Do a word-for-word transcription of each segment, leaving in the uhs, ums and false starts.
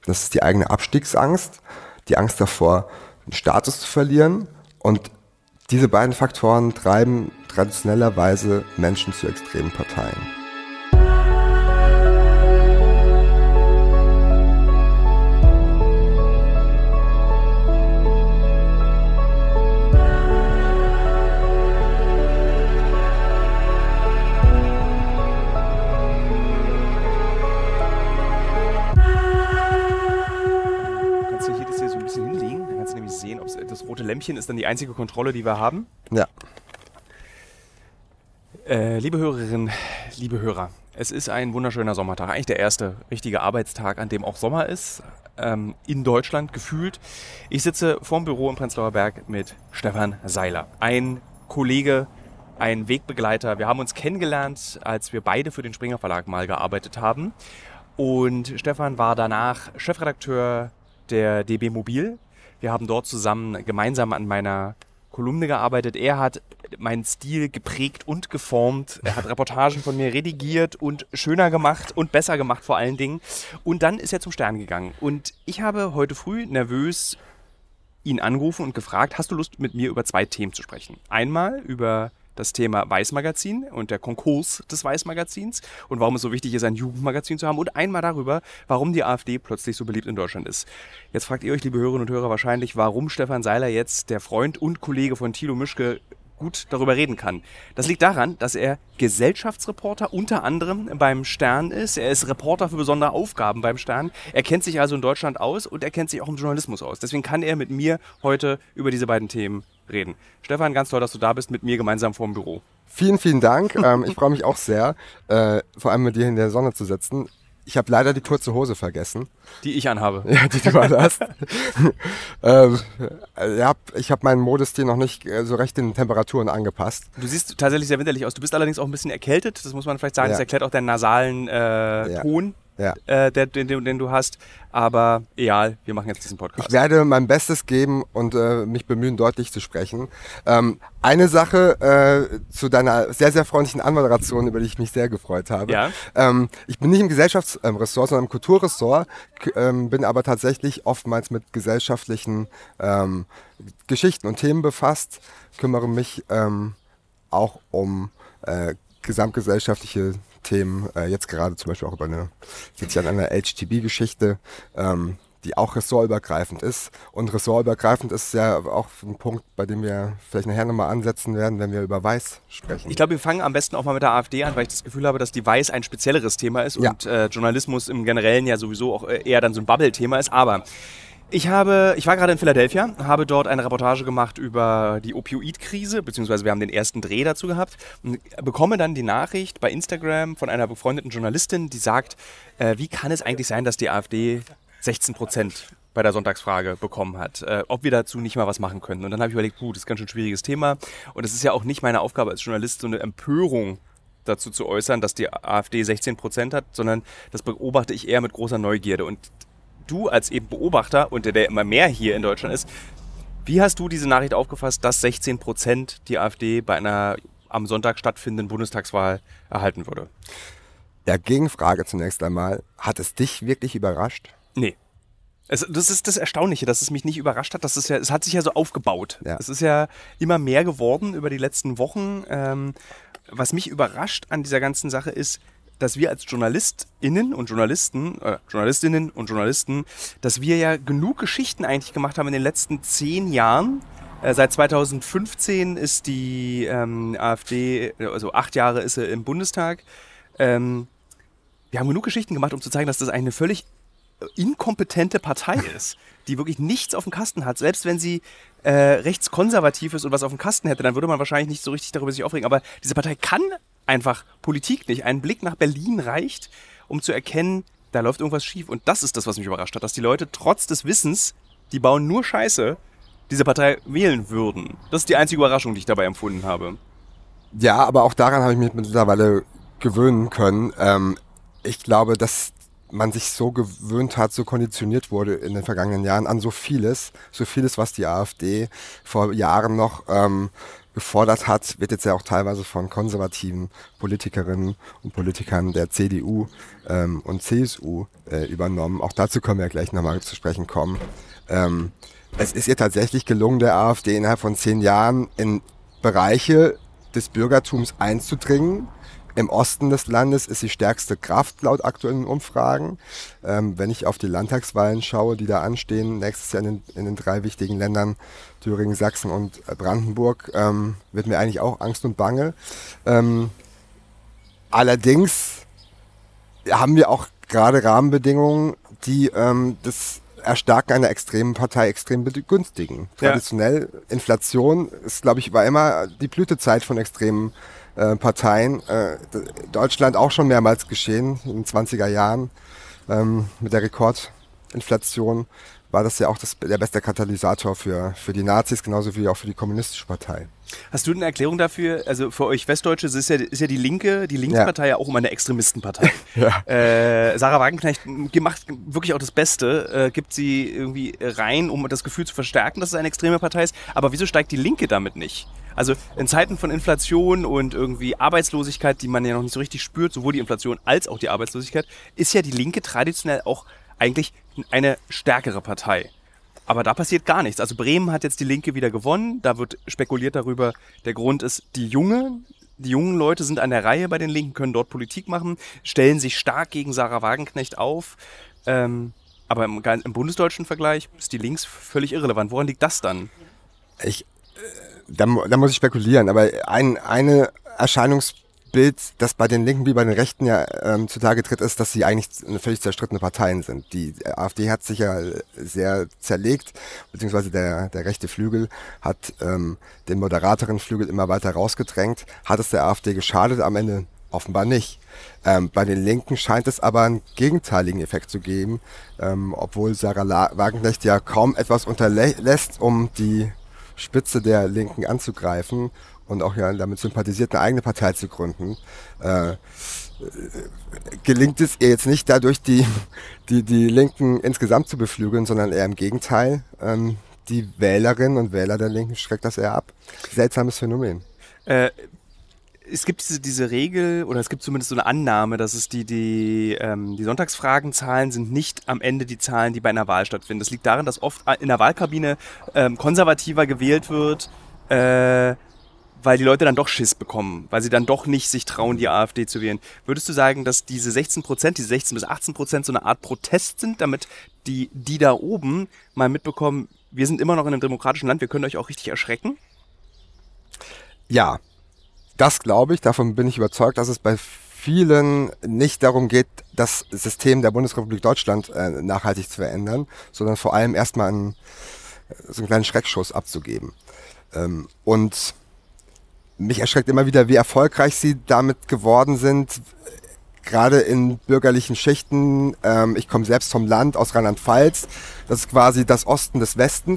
Das ist die eigene Abstiegsangst, die Angst davor, den Status zu verlieren. Und diese beiden Faktoren treiben traditionellerweise Menschen zu extremen Parteien. Das rote Lämpchen ist dann die einzige Kontrolle, die wir haben. Ja. Äh, liebe Hörerinnen, liebe Hörer, es ist ein wunderschöner Sommertag. Eigentlich der erste richtige Arbeitstag, an dem auch Sommer ist. Ähm, in Deutschland gefühlt. Ich sitze vorm Büro im Prenzlauer Berg mit Stefan Seiler. Ein Kollege, ein Wegbegleiter. Wir haben uns kennengelernt, als wir beide für den Springer Verlag mal gearbeitet haben. Und Stefan war danach Chefredakteur der D B Mobil. Wir haben dort zusammen gemeinsam an meiner Kolumne gearbeitet. Er hat meinen Stil geprägt und geformt. Er hat Reportagen von mir redigiert und schöner gemacht und besser gemacht vor allen Dingen. Und dann ist er zum Stern gegangen. Und ich habe heute früh nervös ihn angerufen und gefragt, hast du Lust, mit mir über zwei Themen zu sprechen? Einmal über das Thema Weiß-Magazin und der Konkurs des Weiß-Magazins und warum es so wichtig ist, ein Jugendmagazin zu haben und einmal darüber, warum die AfD plötzlich so beliebt in Deutschland ist. Jetzt fragt ihr euch, liebe Hörerinnen und Hörer, wahrscheinlich, warum Stefan Seiler jetzt, der Freund und Kollege von Thilo Mischke, gut darüber reden kann. Das liegt daran, dass er Gesellschaftsreporter unter anderem beim Stern ist. Er ist Reporter für besondere Aufgaben beim Stern. Er kennt sich also in Deutschland aus und er kennt sich auch im Journalismus aus. Deswegen kann er mit mir heute über diese beiden Themen reden. Stefan, ganz toll, dass du da bist, mit mir gemeinsam vor dem Büro. Vielen, vielen Dank. ähm, ich freue mich auch sehr, äh, vor allem mit dir in der Sonne zu sitzen. Ich habe leider die kurze Hose vergessen. Die ich anhabe. Ja, die du hast. ähm, ja, ich habe meinen Modestil noch nicht äh, so recht den Temperaturen angepasst. Du siehst tatsächlich sehr winterlich aus. Du bist allerdings auch ein bisschen erkältet. Das muss man vielleicht sagen. Ja. Das erklärt auch deinen nasalen äh, ja. Ton, ja. Äh, der, den, den, den du hast. Aber egal, wir machen jetzt diesen Podcast. Ich werde mein Bestes geben und äh, mich bemühen, deutlich zu sprechen. Ähm, eine Sache äh, zu deiner sehr, sehr freundlichen Anmoderation, über die ich mich sehr gefreut habe. Ja. Ähm, ich bin nicht im Gesellschaftsressort, sondern im Kulturressort, k- ähm, bin aber tatsächlich oftmals mit gesellschaftlichen ähm, Geschichten und Themen befasst, kümmere mich ähm, auch um äh, gesamtgesellschaftliche Themen, äh, jetzt gerade zum Beispiel auch über eine, sitze ich an einer L G B T-Geschichte, ähm, die auch ressortübergreifend ist. Und ressortübergreifend ist ja auch ein Punkt, bei dem wir vielleicht nachher nochmal ansetzen werden, wenn wir über Weiß sprechen. Ich glaube, wir fangen am besten auch mal mit der AfD an, weil ich das Gefühl habe, dass die Weiß ein spezielleres Thema ist Ja. und äh, Journalismus im Generellen ja sowieso auch eher dann so ein Bubble-Thema ist. Aber ich habe, ich war gerade in Philadelphia, habe dort eine Reportage gemacht über die Opioid-Krise, beziehungsweise wir haben den ersten Dreh dazu gehabt und bekomme dann die Nachricht bei Instagram von einer befreundeten Journalistin, die sagt, äh, wie kann es eigentlich sein, dass die AfD sechzehn Prozent bei der Sonntagsfrage bekommen hat, äh, ob wir dazu nicht mal was machen können. Und dann habe ich überlegt, gut, das ist ein ganz schön schwieriges Thema und es ist ja auch nicht meine Aufgabe als Journalist, so eine Empörung dazu zu äußern, dass die AfD sechzehn Prozent hat, sondern das beobachte ich eher mit großer Neugierde. Und du als eben Beobachter und der, der immer mehr hier in Deutschland ist, wie hast du diese Nachricht aufgefasst, dass sechzehn Prozent die AfD bei einer am Sonntag stattfindenden Bundestagswahl erhalten würde? Ja, Gegenfrage zunächst einmal. Hat es dich wirklich überrascht? Nee. Es, das ist das Erstaunliche, dass es mich nicht überrascht hat. Das ist ja, es hat sich ja so aufgebaut. Ja. Es ist ja immer mehr geworden über die letzten Wochen. Ähm, was mich überrascht an dieser ganzen Sache ist, dass wir als JournalistInnen und Journalisten, äh, Journalistinnen und Journalisten, dass wir ja genug Geschichten eigentlich gemacht haben in den letzten zehn Jahren. Äh, seit zweitausendfünfzehn ist die ähm, AfD, also acht Jahre ist sie im Bundestag. Ähm, wir haben genug Geschichten gemacht, um zu zeigen, dass das eine völlig inkompetente Partei ist, die wirklich nichts auf dem Kasten hat. Selbst wenn sie äh, rechtskonservativ ist und was auf dem Kasten hätte, dann würde man wahrscheinlich nicht so richtig darüber sich aufregen. Aber diese Partei kann einfach Politik nicht. Ein Blick nach Berlin reicht, um zu erkennen, da läuft irgendwas schief. Und das ist das, was mich überrascht hat, dass die Leute trotz des Wissens, die bauen nur Scheiße, diese Partei wählen würden. Das ist die einzige Überraschung, die ich dabei empfunden habe. Ja, aber auch daran habe ich mich mittlerweile gewöhnen können. Ähm, ich glaube, dass man sich so gewöhnt hat, so konditioniert wurde in den vergangenen Jahren an so vieles, so vieles, was die AfD vor Jahren noch ähm, gefordert hat, wird jetzt ja auch teilweise von konservativen Politikerinnen und Politikern der C D U ähm, und C S U äh, übernommen. Auch dazu können wir ja gleich nochmal zu sprechen kommen. Ähm, es ist ihr tatsächlich gelungen, der AfD innerhalb von zehn Jahren in Bereiche des Bürgertums einzudringen. Im Osten des Landes ist sie stärkste Kraft laut aktuellen Umfragen. Ähm, wenn ich auf die Landtagswahlen schaue, die da anstehen, nächstes Jahr in den, in den drei wichtigen Ländern, Thüringen, Sachsen und Brandenburg, ähm, wird mir eigentlich auch Angst und Bange. Ähm, allerdings haben wir auch gerade Rahmenbedingungen, die ähm, das Erstarken einer extremen Partei extrem begünstigen. Ja. Traditionell, Inflation ist, glaube ich, war immer die Blütezeit von extremen äh, Parteien. Äh, Deutschland auch schon mehrmals geschehen, in den zwanziger Jahren. Ähm, mit der Rekordinflation war das ja auch das, der beste Katalysator für, für die Nazis, genauso wie auch für die Kommunistische Partei. Hast du eine Erklärung dafür? Also für euch Westdeutsche ist ja, ist ja die Linke, die Linkspartei ja. ja auch immer eine Extremistenpartei. ja. äh, Sarah Wagenknecht macht wirklich auch das Beste, äh, gibt sie irgendwie rein, um das Gefühl zu verstärken, dass es eine extreme Partei ist. Aber wieso steigt die Linke damit nicht? Also in Zeiten von Inflation und irgendwie Arbeitslosigkeit, die man ja noch nicht so richtig spürt, sowohl die Inflation als auch die Arbeitslosigkeit, ist ja die Linke traditionell auch eigentlich eine stärkere Partei. Aber da passiert gar nichts. Also Bremen hat jetzt die Linke wieder gewonnen. Da wird spekuliert darüber, der Grund ist, die Junge, die jungen Leute sind an der Reihe bei den Linken, können dort Politik machen, stellen sich stark gegen Sarah Wagenknecht auf. Ähm, aber im, im bundesdeutschen Vergleich ist die Links völlig irrelevant. Woran liegt das dann? Ich, äh, da, da muss ich spekulieren, aber ein eine Erscheinungsbild, das bei den Linken wie bei den Rechten ja ähm, zutage tritt, ist, dass sie eigentlich eine völlig zerstrittene Parteien sind. Die AfD hat sich ja sehr zerlegt, beziehungsweise der, der rechte Flügel hat ähm, den moderateren Flügel immer weiter rausgedrängt. Hat es der AfD geschadet? Am Ende offenbar nicht. Ähm, bei den Linken scheint es aber einen gegenteiligen Effekt zu geben, ähm, obwohl Sarah La- Wagenknecht ja kaum etwas unterlässt, um die Spitze der Linken anzugreifen und auch ja damit sympathisiert, eine eigene Partei zu gründen, äh, gelingt es ihr jetzt nicht dadurch, die, die, die Linken insgesamt zu beflügeln, sondern eher im Gegenteil. Ähm, die Wählerinnen und Wähler der Linken schreckt das eher ab. Seltsames Phänomen. Äh, es gibt diese, diese Regel, oder es gibt zumindest so eine Annahme, dass es die, die, ähm, die Sonntagsfragenzahlen sind nicht am Ende die Zahlen, die bei einer Wahl stattfinden. Das liegt daran, dass oft in der Wahlkabine ähm, konservativer gewählt wird, äh, weil die Leute dann doch Schiss bekommen, weil sie dann doch nicht sich trauen, die AfD zu wählen. Würdest du sagen, dass diese sechzehn Prozent, diese sechzehn bis achtzehn Prozent so eine Art Protest sind, damit die, die da oben mal mitbekommen, wir sind immer noch in einem demokratischen Land, wir können euch auch richtig erschrecken? Ja, das glaube ich. Davon bin ich überzeugt, dass es bei vielen nicht darum geht, das System der Bundesrepublik Deutschland äh, nachhaltig zu verändern, sondern vor allem erstmal einen, so einen kleinen Schreckschuss abzugeben. Ähm, und mich erschreckt immer wieder, wie erfolgreich sie damit geworden sind, gerade in bürgerlichen Schichten. Ähm, ich komme selbst vom Land, aus Rheinland-Pfalz. Das ist quasi das Osten des Westens.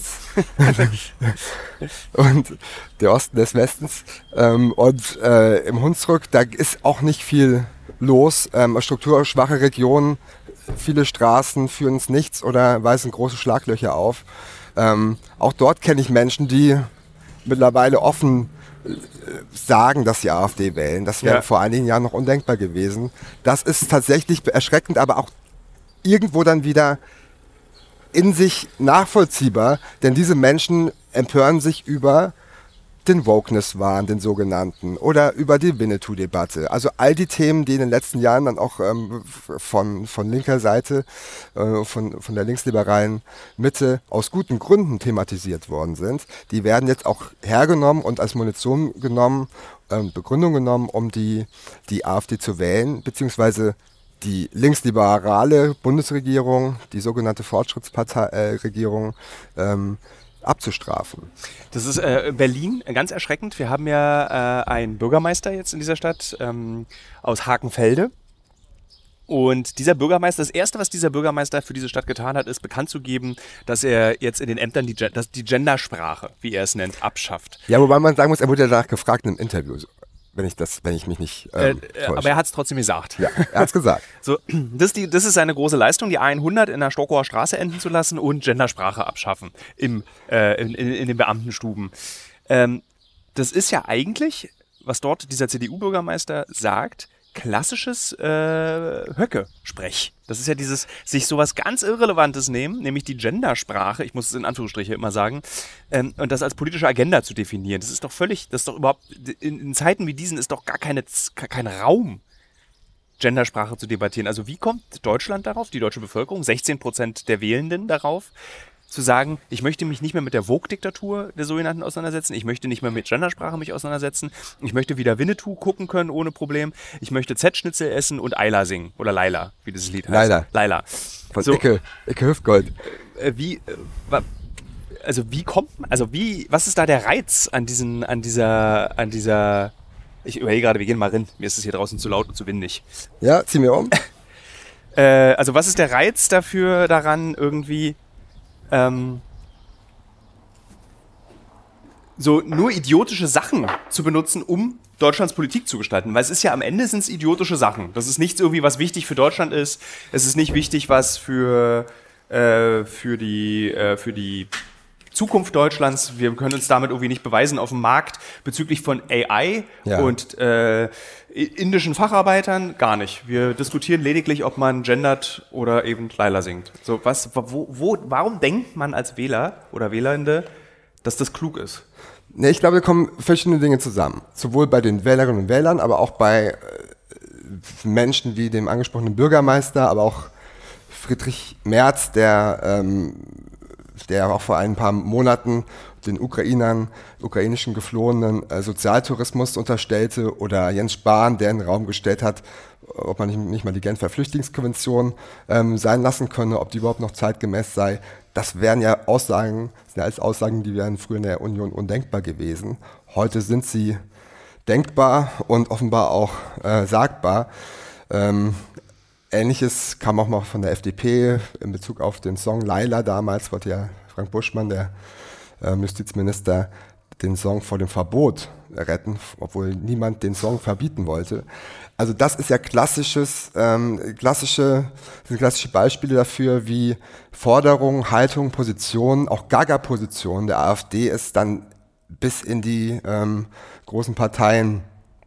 und der Osten des Westens. Ähm, und äh, im Hunsrück, da ist auch nicht viel los. Ähm, strukturschwache Regionen, viele Straßen führen ins Nichts oder weisen große Schlaglöcher auf. Ähm, auch dort kenne ich Menschen, die mittlerweile offen sagen, dass sie AfD wählen. Das wäre ja. vor einigen Jahren noch undenkbar gewesen. Das ist tatsächlich erschreckend, aber auch irgendwo dann wieder in sich nachvollziehbar, denn diese Menschen empören sich über den Wokeness-Wahn, den sogenannten, oder über die Winnetou-Debatte. Also all die Themen, die in den letzten Jahren dann auch ähm, von, von linker Seite, äh, von, von der linksliberalen Mitte aus guten Gründen thematisiert worden sind, die werden jetzt auch hergenommen und als Munition genommen, äh, Begründung genommen, um die, die AfD zu wählen, beziehungsweise die linksliberale Bundesregierung, die sogenannte Fortschrittspartei-Regierung, äh, ähm, abzustrafen. Das ist äh, Berlin ganz erschreckend. Wir haben ja äh, einen Bürgermeister jetzt in dieser Stadt ähm, aus Hakenfelde. Und dieser Bürgermeister, das Erste, was dieser Bürgermeister für diese Stadt getan hat, ist bekannt zu geben, dass er jetzt in den Ämtern die, dass die Gendersprache, wie er es nennt, abschafft. Ja, wobei man sagen muss, er wurde ja danach gefragt in einem Interview. Wenn ich das, wenn ich mich nicht ähm, äh, Aber er hat es trotzdem gesagt. Ja, er hat es gesagt. So, das, ist die, das ist seine große Leistung, die A hundert in der Stockauer Straße enden zu lassen und Gendersprache abschaffen im, äh, in, in, in den Beamtenstuben. Ähm, das ist ja eigentlich, was dort dieser C D U-Bürgermeister sagt, klassisches äh, Höcke-Sprech. Das ist ja dieses, sich sowas ganz Irrelevantes nehmen, nämlich die Gendersprache, ich muss es in Anführungsstriche immer sagen, ähm, und das als politische Agenda zu definieren. Das ist doch völlig, das ist doch überhaupt, in, in Zeiten wie diesen ist doch gar keine, kein Raum, Gendersprache zu debattieren. Also wie kommt Deutschland darauf, die deutsche Bevölkerung, sechzehn Prozent der Wählenden darauf, zu sagen, ich möchte mich nicht mehr mit der Vogue-Diktatur der sogenannten auseinandersetzen, ich möchte nicht mehr mit Gendersprache mich auseinandersetzen, ich möchte wieder Winnetou gucken können ohne Problem, ich möchte Z-Schnitzel essen und Ayla singen, oder Laila, wie dieses Lied heißt. Laila. Laila. Von so, Icke, Icke Hüftgold. Äh, wie, äh, also wie kommt man, also wie, was ist da der Reiz an diesen, an dieser, an dieser, ich überlege gerade, wir gehen mal rein, mir ist es hier draußen zu laut und zu windig. Ja, zieh mir um. äh, also was ist der Reiz dafür daran, irgendwie Ähm, so nur idiotische Sachen zu benutzen, um Deutschlands Politik zu gestalten. Weil es ist ja am Ende sind es idiotische Sachen. Das ist nichts irgendwie, was wichtig für Deutschland ist. Es ist nicht wichtig, was für, äh, für, die, äh, für die Zukunft Deutschlands. Wir können uns damit irgendwie nicht beweisen auf dem Markt bezüglich von A I ja. und äh, indischen Facharbeitern gar nicht. Wir diskutieren lediglich, ob man gendert oder eben Laila singt. So, was, wo, wo, warum denkt man als Wähler oder Wählende, dass das klug ist? Nee, ich glaube, da kommen verschiedene Dinge zusammen. Sowohl bei den Wählerinnen und Wählern, aber auch bei äh, Menschen wie dem angesprochenen Bürgermeister, aber auch Friedrich Merz, der, ähm, der auch vor ein paar Monaten den Ukrainern, ukrainischen Geflohenen äh, Sozialtourismus unterstellte, oder Jens Spahn, der in den Raum gestellt hat, ob man nicht, nicht mal die Genfer Flüchtlingskonvention ähm, sein lassen könne, ob die überhaupt noch zeitgemäß sei. Das wären ja Aussagen, das sind ja alles Aussagen, die wären früher in der Union undenkbar gewesen. Heute sind sie denkbar und offenbar auch äh, sagbar. Ähm, Ähnliches kam auch mal von der F D P in Bezug auf den Song Laila. Damals wollte ja Frank Buschmann, der ähm, Justizminister, den Song vor dem Verbot retten, obwohl niemand den Song verbieten wollte. Also das ist ja klassisches, ähm, klassische, sind klassische Beispiele dafür, wie Forderungen, Haltungen, Positionen, auch Gaga-Positionen der AfD es dann bis in die ähm, großen Parteien,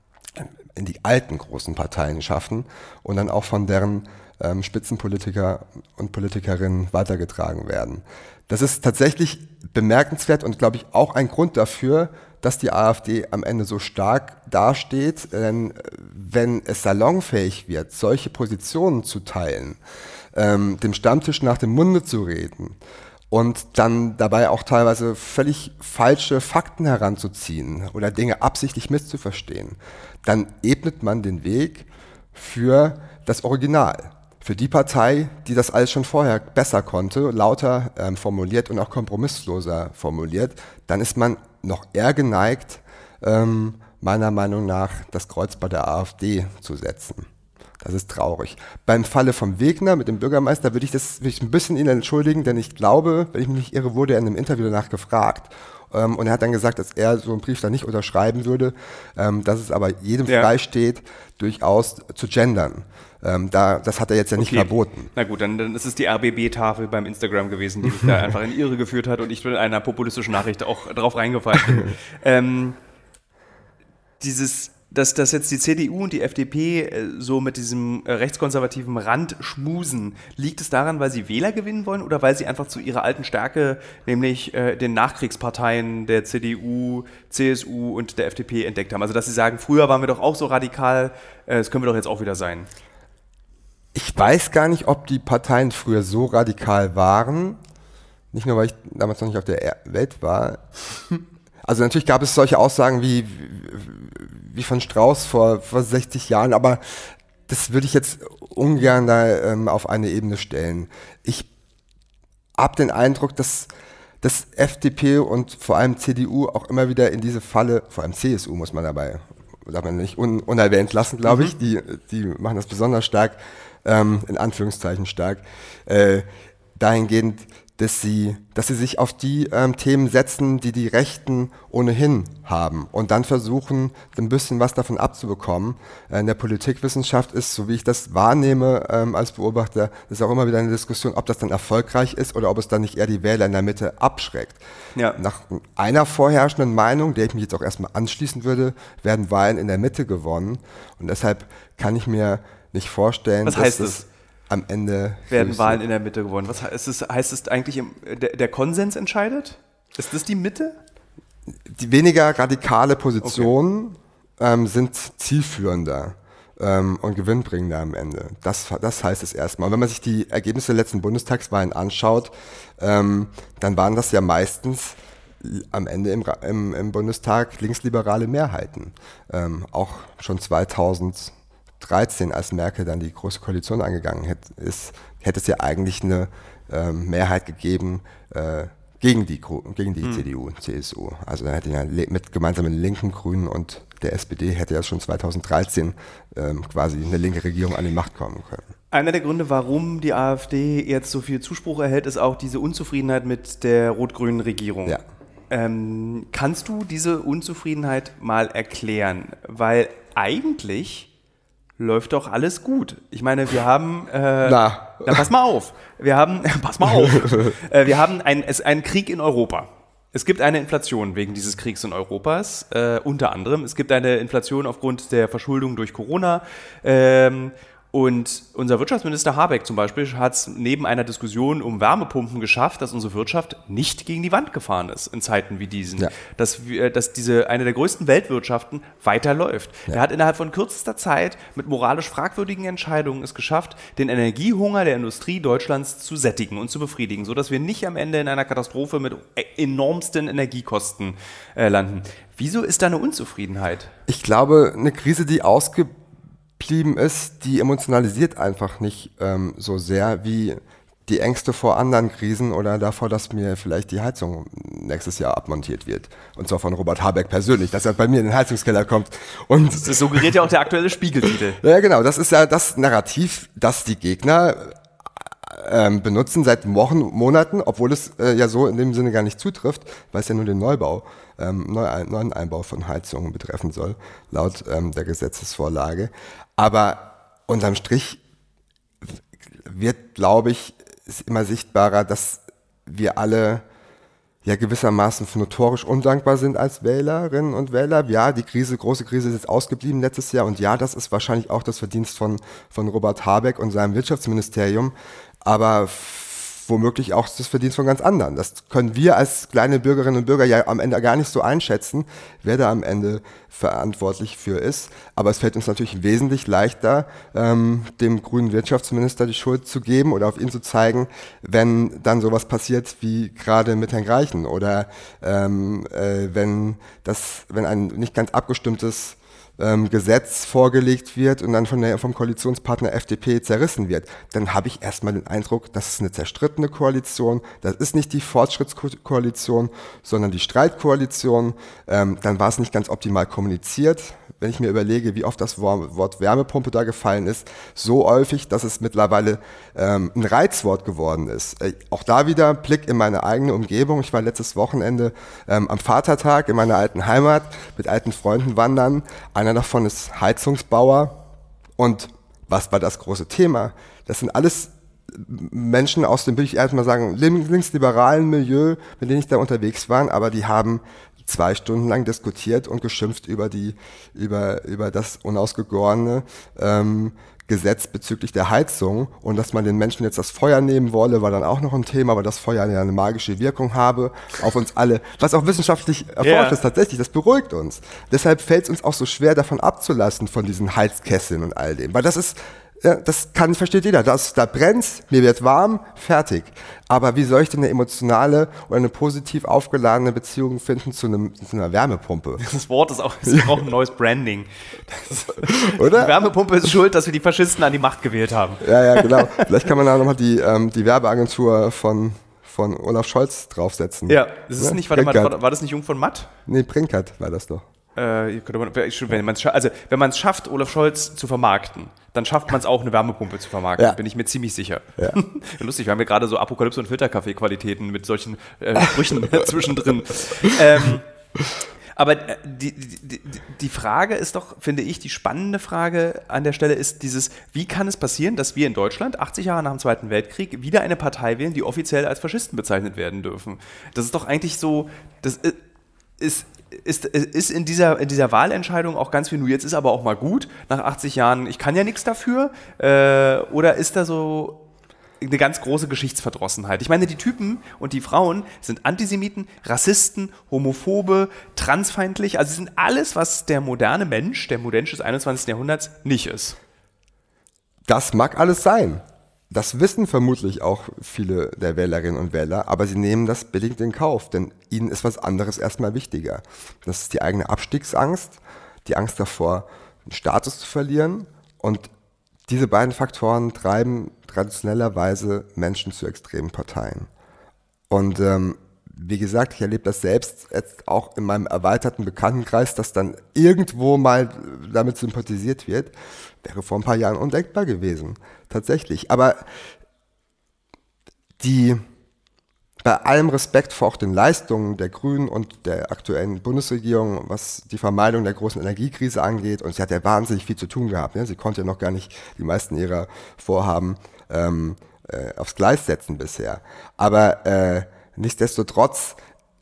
in die alten großen Parteien schaffen und dann auch von deren ähm, Spitzenpolitiker und Politikerinnen weitergetragen werden. Das ist tatsächlich bemerkenswert und, glaube ich, auch ein Grund dafür, dass die AfD am Ende so stark dasteht. Denn wenn es salonfähig wird, solche Positionen zu teilen, ähm, dem Stammtisch nach dem Munde zu reden und dann dabei auch teilweise völlig falsche Fakten heranzuziehen oder Dinge absichtlich misszuverstehen, dann ebnet man den Weg für das Original. Für die Partei, die das alles schon vorher besser konnte, lauter ähm, formuliert und auch kompromissloser formuliert, dann ist man noch eher geneigt, ähm, meiner Meinung nach das Kreuz bei der AfD zu setzen. Das ist traurig. Beim Falle vom Wegner mit dem Bürgermeister würde ich das würde ich ein bisschen ihn entschuldigen, denn ich glaube, wenn ich mich nicht irre, wurde er in einem Interview danach gefragt. Ähm, und er hat dann gesagt, dass er so einen Brief da nicht unterschreiben würde, ähm, dass es aber jedem ja. frei steht, durchaus zu gendern. Ähm, da, das hat er jetzt ja nicht okay. verboten. Na gut, dann, dann ist es die R B B-Tafel beim Instagram gewesen, die mich da einfach in Irre geführt hat und ich in einer populistischen Nachricht auch drauf reingefallen bin. ähm, dieses, dass, dass jetzt die C D U und die F D P äh, so mit diesem äh, rechtskonservativen Rand schmusen, liegt es daran, weil sie Wähler gewinnen wollen oder weil sie einfach zu ihrer alten Stärke, nämlich äh, den Nachkriegsparteien der C D U, C S U und der F D P entdeckt haben? Also dass sie sagen, früher waren wir doch auch so radikal, äh, das können wir doch jetzt auch wieder sein. Ich weiß gar nicht, ob die Parteien früher so radikal waren. Nicht nur, weil ich damals noch nicht auf der Welt war. Also natürlich gab es solche Aussagen wie, wie von Strauß vor, vor sechzig Jahren, aber das würde ich jetzt ungern da ähm, auf eine Ebene stellen. Ich habe den Eindruck, dass, dass F D P und vor allem C D U auch immer wieder in diese Falle, vor allem C S U muss man dabei, darf man nicht un, unerwähnt lassen, glaube mhm. ich, die, die machen das besonders stark, ähm, in Anführungszeichen stark, äh, dahingehend, dass sie, dass sie sich auf die ähm, Themen setzen, die die Rechten ohnehin haben und dann versuchen, ein bisschen was davon abzubekommen. In der Politikwissenschaft ist, so wie ich das wahrnehme ähm, als Beobachter, ist auch immer wieder eine Diskussion, ob das dann erfolgreich ist oder ob es dann nicht eher die Wähler in der Mitte abschreckt. Ja. Nach einer vorherrschenden Meinung, der ich mich jetzt auch erstmal anschließen würde, werden Wahlen in der Mitte gewonnen und deshalb kann ich mir nicht vorstellen, was dass heißt es am Ende werden Wahlen in der Mitte gewonnen. Was heißt es? Heißt es eigentlich, im, der, der Konsens entscheidet? Ist das die Mitte? Die weniger radikale Positionen okay. ähm, sind zielführender ähm, und gewinnbringender am Ende. Das, das heißt es erstmal. Und wenn man sich die Ergebnisse der letzten Bundestagswahlen anschaut, ähm, dann waren das ja meistens am Ende im, im, im Bundestag linksliberale Mehrheiten. Ähm, auch schon zweitausenddreizehn, als Merkel dann die Große Koalition angegangen hätte, ist, hätte es ja eigentlich eine ähm, Mehrheit gegeben äh, gegen die, gegen die hm. C D U, C S U. Also dann hätte ja mit gemeinsam mit den Linken, Grünen und der S P D hätte ja schon zweitausenddreizehn ähm, quasi eine linke Regierung an die Macht kommen können. Einer der Gründe, warum die AfD jetzt so viel Zuspruch erhält, ist auch diese Unzufriedenheit mit der rot-grünen Regierung. Ja. Ähm, kannst du diese Unzufriedenheit mal erklären? Weil eigentlich läuft doch alles gut. Ich meine, wir haben... Äh, na. na, pass mal auf. Wir haben... pass mal auf. äh, wir haben ein, es, einen Krieg in Europa. Es gibt eine Inflation wegen dieses Kriegs in Europas, äh, unter anderem. Es gibt eine Inflation aufgrund der Verschuldung durch Corona. Ähm, Und unser Wirtschaftsminister Habeck zum Beispiel hat es neben einer Diskussion um Wärmepumpen geschafft, dass unsere Wirtschaft nicht gegen die Wand gefahren ist in Zeiten wie diesen. Ja. Dass, wir, dass diese eine der größten Weltwirtschaften weiterläuft. Ja. Er hat innerhalb von kürzester Zeit mit moralisch fragwürdigen Entscheidungen es geschafft, den Energiehunger der Industrie Deutschlands zu sättigen und zu befriedigen, sodass wir nicht am Ende in einer Katastrophe mit enormsten Energiekosten äh, landen. Wieso ist da eine Unzufriedenheit? Ich glaube, eine Krise, die ausgeblieben ist, die emotionalisiert einfach nicht ähm, so sehr wie die Ängste vor anderen Krisen oder davor, dass mir vielleicht die Heizung nächstes Jahr abmontiert wird. Und zwar von Robert Habeck persönlich, dass er bei mir in den Heizungskeller kommt. Und das suggeriert ja auch der aktuelle Spiegeltitel. Ja, genau. Das ist ja das Narrativ, das die Gegner ähm, benutzen seit Wochen, Monaten, obwohl es äh, ja so in dem Sinne gar nicht zutrifft, weil es ja nur den Neubau, ähm, Neu- neuen Einbau von Heizungen betreffen soll, laut ähm, der Gesetzesvorlage. Aber unterm Strich wird, glaube ich, ist immer sichtbarer, dass wir alle ja gewissermaßen notorisch undankbar sind als Wählerinnen und Wähler. Ja, die Krise, große Krise ist jetzt ausgeblieben letztes Jahr und ja, das ist wahrscheinlich auch das Verdienst von, von Robert Habeck und seinem Wirtschaftsministerium, aber womöglich auch das Verdienst von ganz anderen. Das können wir als kleine Bürgerinnen und Bürger ja am Ende gar nicht so einschätzen, wer da am Ende verantwortlich für ist. Aber es fällt uns natürlich wesentlich leichter, ähm, dem grünen Wirtschaftsminister die Schuld zu geben oder auf ihn zu zeigen, wenn dann sowas passiert wie gerade mit Herrn Greichen oder ähm, äh, wenn, das, wenn ein nicht ganz abgestimmtes Ähm, Gesetz vorgelegt wird und dann von der, vom Koalitionspartner F D P zerrissen wird, dann habe ich erstmal den Eindruck, das ist eine zerstrittene Koalition, das ist nicht die Fortschrittskoalition, sondern die Streitkoalition. Ähm, dann war es nicht ganz optimal kommuniziert. Wenn ich mir überlege, wie oft das Wort Wärmepumpe da gefallen ist, so häufig, dass es mittlerweile ähm, ein Reizwort geworden ist. Äh, auch da wieder Blick in meine eigene Umgebung. Ich war letztes Wochenende ähm, am Vatertag in meiner alten Heimat mit alten Freunden wandern. Einer davon ist Heizungsbauer. Und was war das große Thema? Das sind alles Menschen aus dem, will ich erstmal sagen, linksliberalen Milieu, mit denen ich da unterwegs war, aber die haben zwei Stunden lang diskutiert und geschimpft über die, über, über das unausgegorene ähm, Gesetz bezüglich der Heizung und dass man den Menschen jetzt das Feuer nehmen wolle, war dann auch noch ein Thema, weil das Feuer ja eine magische Wirkung habe auf uns alle, was auch wissenschaftlich erforscht yeah. ist tatsächlich, das beruhigt uns. Deshalb fällt es uns auch so schwer, davon abzulassen, von diesen Heizkesseln und all dem, weil das ist, ja, das kann, versteht jeder, das, da brennt's, mir wird warm, fertig. Aber wie soll ich denn eine emotionale oder eine positiv aufgeladene Beziehung finden zu, einem, zu einer Wärmepumpe? Das Wort ist auch, es braucht ein neues Branding. Das, oder? Die Wärmepumpe ist schuld, dass wir die Faschisten an die Macht gewählt haben. Ja, ja, genau. Vielleicht kann man da nochmal die, ähm, die Werbeagentur von, von Olaf Scholz draufsetzen. Ja, das ist ja? nicht, warte mal, war, war das nicht Jung von Matt? Nee, Brinkert war das doch. Äh, könnte man, wenn man es also, wenn man es schafft, Olaf Scholz zu vermarkten, dann schafft man es auch, eine Wärmepumpe zu vermarkten, ja. Bin ich mir ziemlich sicher. Ja. Lustig, wir haben ja gerade so Apokalypse- und Filterkaffee-Qualitäten mit solchen äh, Sprüchen zwischendrin. Ähm, aber die, die, die Frage ist doch, finde ich, die spannende Frage an der Stelle ist dieses, wie kann es passieren, dass wir in Deutschland, achtzig Jahre nach dem Zweiten Weltkrieg, wieder eine Partei wählen, die offiziell als Faschisten bezeichnet werden dürfen? Das ist doch eigentlich so, das ist, ist, ist in, dieser, in dieser Wahlentscheidung auch ganz viel, nur jetzt ist aber auch mal gut, nach achtzig Jahren, ich kann ja nichts dafür, äh, oder ist da so eine ganz große Geschichtsverdrossenheit? Ich meine, die Typen und die Frauen sind Antisemiten, Rassisten, Homophobe, transfeindlich, also sie sind alles, was der moderne Mensch, der Mensch des einundzwanzigsten Jahrhunderts nicht ist. Das mag alles sein. Das wissen vermutlich auch viele der Wählerinnen und Wähler, aber sie nehmen das billig in Kauf, denn ihnen ist was anderes erstmal wichtiger. Das ist die eigene Abstiegsangst, die Angst davor, den Status zu verlieren, und diese beiden Faktoren treiben traditionellerweise Menschen zu extremen Parteien. Und ähm, wie gesagt, ich erlebe das selbst jetzt auch in meinem erweiterten Bekanntenkreis, dass dann irgendwo mal damit sympathisiert wird. Wäre vor ein paar Jahren undenkbar gewesen, tatsächlich. Aber die, bei allem Respekt vor auch den Leistungen der Grünen und der aktuellen Bundesregierung, was die Vermeidung der großen Energiekrise angeht, und sie hat ja wahnsinnig viel zu tun gehabt. Ne? Sie konnte ja noch gar nicht die meisten ihrer Vorhaben ähm, äh, aufs Gleis setzen bisher. Aber äh, nichtsdestotrotz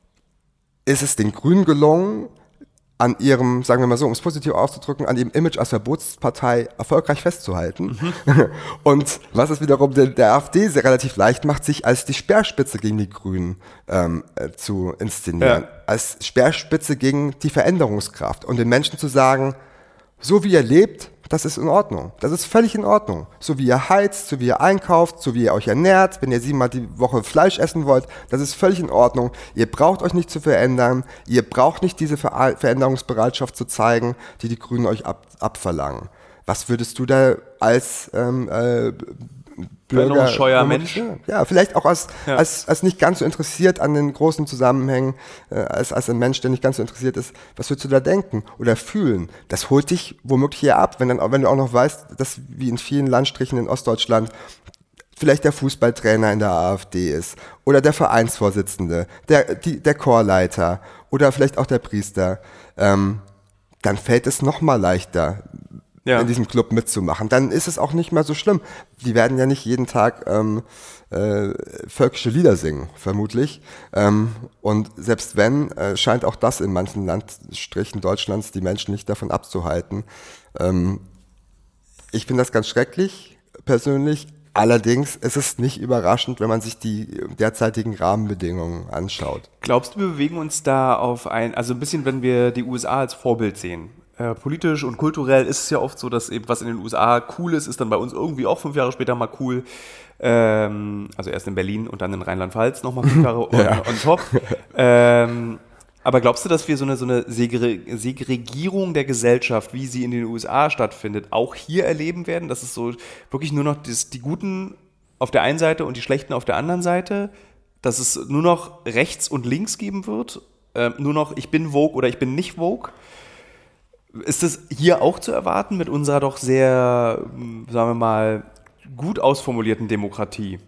ist es den Grünen gelungen, an ihrem, sagen wir mal so, um es positiv auszudrücken, an ihrem Image als Verbotspartei erfolgreich festzuhalten. Mhm. Und was es wiederum der, der AfD sehr relativ leicht macht, sich als die Speerspitze gegen die Grünen ähm, äh, zu inszenieren. Ja. Als Speerspitze gegen die Veränderungskraft und den Menschen zu sagen, so wie ihr lebt, das ist in Ordnung. Das ist völlig in Ordnung. So wie ihr heizt, so wie ihr einkauft, so wie ihr euch ernährt, wenn ihr siebenmal die Woche Fleisch essen wollt, das ist völlig in Ordnung. Ihr braucht euch nicht zu verändern. Ihr braucht nicht diese Ver- Veränderungsbereitschaft zu zeigen, die die Grünen euch ab- abverlangen. Was würdest du da als ähm, äh, Bürger, scheuer Mensch. Ja, vielleicht auch als, ja. als, als nicht ganz so interessiert an den großen Zusammenhängen, äh, als, als ein Mensch, der nicht ganz so interessiert ist, was würdest du da denken oder fühlen? Das holt dich womöglich hier ab, wenn, dann, wenn du auch noch weißt, dass wie in vielen Landstrichen in Ostdeutschland vielleicht der Fußballtrainer in der AfD ist oder der Vereinsvorsitzende, der, die, der Chorleiter oder vielleicht auch der Priester. Ähm, dann fällt es noch mal leichter, ja. in diesem Club mitzumachen. Dann ist es auch nicht mehr so schlimm. Die werden ja nicht jeden Tag ähm, äh, völkische Lieder singen, vermutlich. Ähm, und selbst wenn, äh, scheint auch das in manchen Landstrichen Deutschlands die Menschen nicht davon abzuhalten. Ähm, ich finde das ganz schrecklich, persönlich. Allerdings ist es nicht überraschend, wenn man sich die derzeitigen Rahmenbedingungen anschaut. Glaubst du, wir bewegen uns da auf ein, also ein bisschen, wenn wir die U S A als Vorbild sehen? Äh, politisch und kulturell ist es ja oft so, dass eben was in den U S A cool ist, ist dann bei uns irgendwie auch fünf Jahre später mal cool. Ähm, also erst in Berlin und dann in Rheinland-Pfalz nochmal fünf Jahre ja. on, on top. Ähm, aber glaubst du, dass wir so eine, so eine Segre- Segregierung der Gesellschaft, wie sie in den U S A stattfindet, auch hier erleben werden? Dass es so wirklich nur noch das, die Guten auf der einen Seite und die Schlechten auf der anderen Seite, dass es nur noch rechts und links geben wird? Ähm, nur noch ich bin woke oder ich bin nicht woke? Ist das hier auch zu erwarten mit unserer doch sehr, sagen wir mal, gut ausformulierten Demokratie?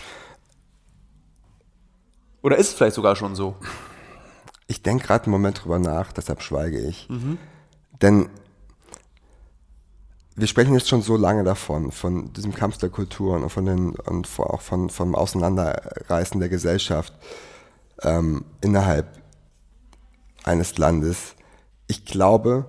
Oder ist es vielleicht sogar schon so? Ich denke gerade einen Moment drüber nach, deshalb schweige ich. Mhm. Denn wir sprechen jetzt schon so lange davon, von diesem Kampf der Kulturen und, von den, und auch von, vom Auseinanderreißen der Gesellschaft ähm, innerhalb eines Landes. Ich glaube,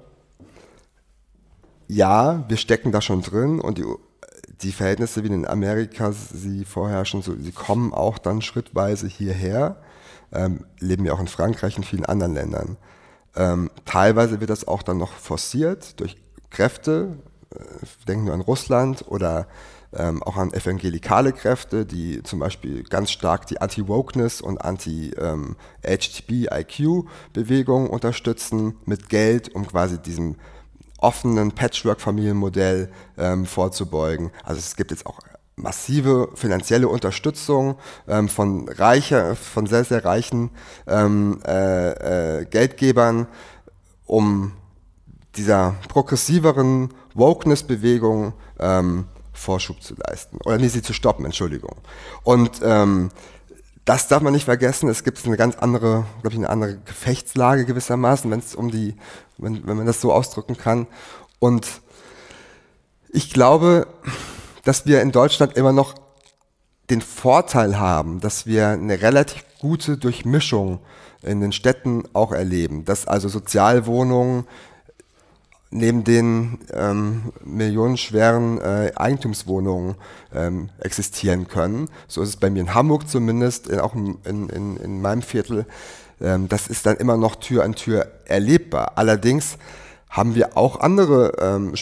ja, wir stecken da schon drin und die, die Verhältnisse, wie in Amerika sie vorherrschen, so, sie kommen auch dann schrittweise hierher, ähm, leben ja auch in Frankreich und vielen anderen Ländern. Ähm, teilweise wird das auch dann noch forciert durch Kräfte, äh, denken wir an Russland oder ähm, auch an evangelikale Kräfte, die zum Beispiel ganz stark die Anti-Wokeness und Anti-H T B I Q-Bewegung unterstützen mit Geld, um quasi diesem offenen Patchwork-Familienmodell ähm, vorzubeugen. Also es gibt jetzt auch massive finanzielle Unterstützung ähm, von reicher, von sehr, sehr reichen ähm, äh, äh, Geldgebern, um dieser progressiveren Wokeness-Bewegung ähm, Vorschub zu leisten. Oder nee, sie zu stoppen, Entschuldigung. Und ähm, das darf man nicht vergessen. Es gibt eine ganz andere, glaube ich, eine andere Gefechtslage gewissermaßen, wenn es um die, wenn, wenn man das so ausdrücken kann. Und ich glaube, dass wir in Deutschland immer noch den Vorteil haben, dass wir eine relativ gute Durchmischung in den Städten auch erleben. Dass also Sozialwohnungen neben den ähm, millionenschweren äh, Eigentumswohnungen ähm, existieren können. So ist es bei mir in Hamburg zumindest, in, auch in, in, in meinem Viertel. Ähm, das ist dann immer noch Tür an Tür erlebbar. Allerdings haben wir auch andere ähm,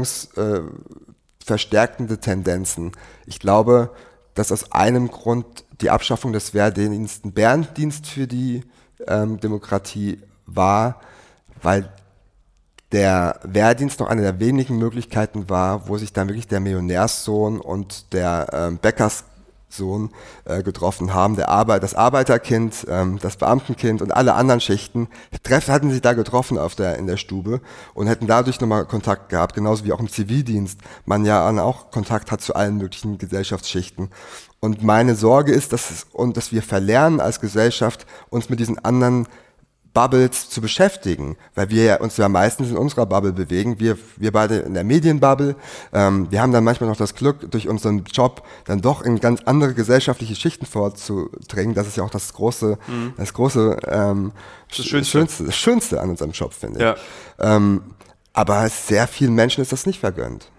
spaltungsverstärkende äh, Tendenzen. Ich glaube, dass aus einem Grund die Abschaffung des Wehrdienstes ein Bärendienst für die ähm, Demokratie war, weil der Wehrdienst noch eine der wenigen Möglichkeiten war, wo sich dann wirklich der Millionärssohn und der ähm, Bäckerssohn äh, getroffen haben. Der Arbeit, das Arbeiterkind, ähm, das Beamtenkind und alle anderen Schichten treff, hatten sich da getroffen auf der, in der Stube und hätten dadurch nochmal Kontakt gehabt, genauso wie auch im Zivildienst man ja auch Kontakt hat zu allen möglichen Gesellschaftsschichten. Und meine Sorge ist, dass, es, und dass wir verlernen als Gesellschaft, uns mit diesen anderen Bubbles zu beschäftigen, weil wir ja uns ja meistens in unserer Bubble bewegen, wir, wir beide in der Medienbubble, ähm, wir haben dann manchmal noch das Glück, durch unseren Job dann doch in ganz andere gesellschaftliche Schichten vorzudringen, das ist ja auch das große, mhm. das große, ähm, das Schönste. Schönste, das Schönste an unserem Job, finde ich. Ja. Ähm, aber sehr vielen Menschen ist das nicht vergönnt.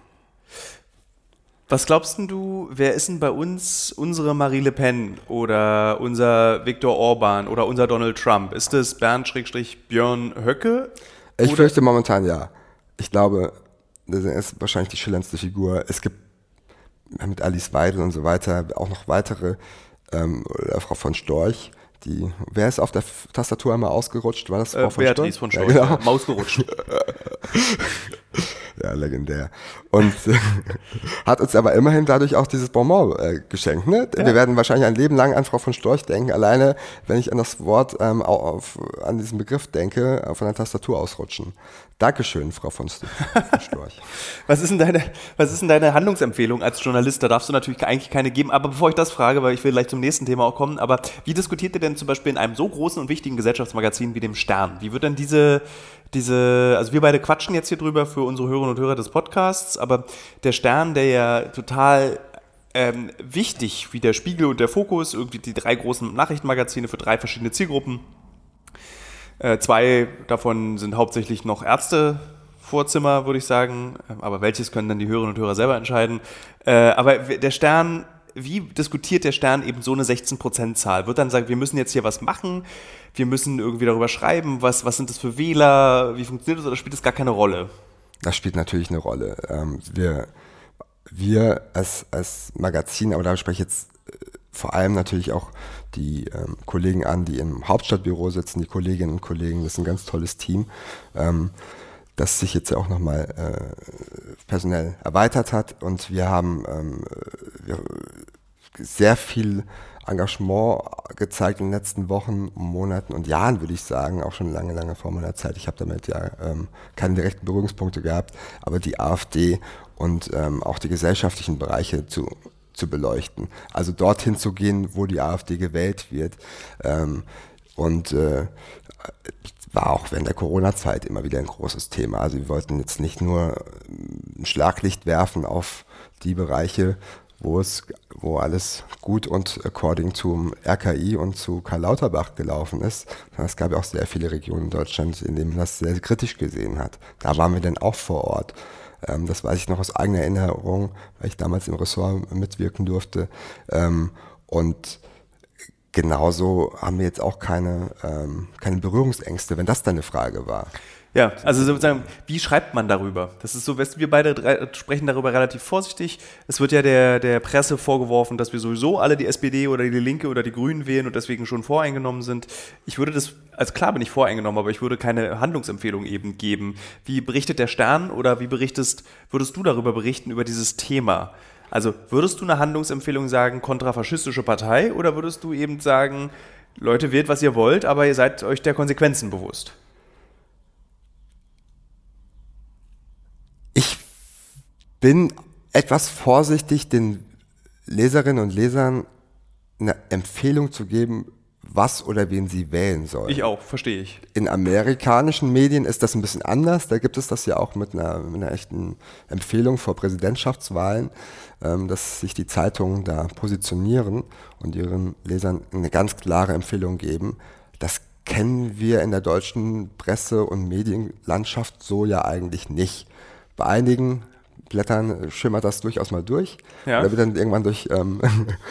Was glaubst denn du, wer ist denn bei uns unsere Marie Le Pen oder unser Viktor Orban oder unser Donald Trump? Ist es Bernd-Björn Höcke? Ich oder? fürchte momentan ja. Ich glaube, das ist wahrscheinlich die schillerndste Figur. Es gibt mit Alice Weidel und so weiter auch noch weitere, ähm, oder Frau von Storch, die, wer ist auf der Tastatur einmal ausgerutscht? War das Frau äh, von Beatrice Storch? von Storch, ja, genau. ja, Maus gerutscht. Ja, legendär. Und äh, hat uns aber immerhin dadurch auch dieses Bonbon äh, geschenkt. Ne? Ja. Wir werden wahrscheinlich ein Leben lang an Frau von Storch denken, alleine wenn ich an das Wort, ähm, auf, an diesen Begriff denke, von der Tastatur ausrutschen. Dankeschön, Frau von Storch. was, ist denn deine, was ist denn deine Handlungsempfehlung als Journalist? Da darfst du natürlich eigentlich keine geben, aber bevor ich das frage, weil ich will gleich zum nächsten Thema auch kommen, aber wie diskutiert ihr denn zum Beispiel in einem so großen und wichtigen Gesellschaftsmagazin wie dem Stern? Wie wird denn diese Diese, also wir beide quatschen jetzt hier drüber für unsere Hörerinnen und Hörer des Podcasts, aber der Stern, der ja total ähm, wichtig, wie der Spiegel und der Fokus, irgendwie die drei großen Nachrichtenmagazine für drei verschiedene Zielgruppen. Äh, zwei davon sind hauptsächlich noch Ärztevorzimmer, würde ich sagen, aber welches können dann die Hörerinnen und Hörer selber entscheiden. Äh, aber der Stern, wie diskutiert der Stern eben so eine sechzehn Prozent Zahl? Wird dann sagen, wir müssen jetzt hier was machen, wir müssen irgendwie darüber schreiben, was, was sind das für Wähler, wie funktioniert das, oder spielt das gar keine Rolle? Das spielt natürlich eine Rolle. Ähm, wir, wir als, als Magazin, aber da spreche ich jetzt vor allem natürlich auch die ähm, Kollegen an, die im Hauptstadtbüro sitzen, die Kolleginnen und Kollegen, das ist ein ganz tolles Team, ähm, das sich jetzt ja auch nochmal äh, personell erweitert hat, und wir haben ähm, wir, sehr viel Engagement gezeigt in den letzten Wochen, Monaten und Jahren, würde ich sagen, auch schon lange, lange vor meiner Zeit. Ich habe damit ja ähm, keine direkten Berührungspunkte gehabt, aber die AfD und ähm, auch die gesellschaftlichen Bereiche zu, zu beleuchten. Also dorthin zu gehen, wo die AfD gewählt wird. Ähm, und äh, war auch während der Corona-Zeit immer wieder ein großes Thema. Also wir wollten jetzt nicht nur ein Schlaglicht werfen auf die Bereiche, wo es, wo alles gut und according zum R K I und zu Karl Lauterbach gelaufen ist. Es gab ja auch sehr viele Regionen in Deutschland, in denen man das sehr kritisch gesehen hat. Da waren wir dann auch vor Ort. Ähm, das weiß ich noch aus eigener Erinnerung, weil ich damals im Ressort mitwirken durfte. Ähm, und genauso haben wir jetzt auch keine, ähm, keine Berührungsängste, wenn das deine Frage war. Ja, also sozusagen, wie schreibt man darüber? Das ist so, wir beide drei sprechen darüber relativ vorsichtig. Es wird ja der, der Presse vorgeworfen, dass wir sowieso alle die S P D oder die Linke oder die Grünen wählen und deswegen schon voreingenommen sind. Ich würde das, also klar bin ich voreingenommen, aber ich würde keine Handlungsempfehlung eben geben. Wie berichtet der Stern oder wie berichtest, würdest du darüber berichten, über dieses Thema? Also würdest du eine Handlungsempfehlung sagen, kontrafaschistische Partei, oder würdest du eben sagen, Leute, wählt, was ihr wollt, aber ihr seid euch der Konsequenzen bewusst? bin etwas vorsichtig, den Leserinnen und Lesern eine Empfehlung zu geben, was oder wen sie wählen sollen. Ich auch, verstehe ich. In amerikanischen Medien ist das ein bisschen anders. Da gibt es das ja auch mit einer, mit einer echten Empfehlung vor Präsidentschaftswahlen, ähm, dass sich die Zeitungen da positionieren und ihren Lesern eine ganz klare Empfehlung geben. Das kennen wir in der deutschen Presse- und Medienlandschaft so ja eigentlich nicht. Bei einigen Blättern schimmert das durchaus mal durch. Ja. Oder wird dann irgendwann durch, ähm,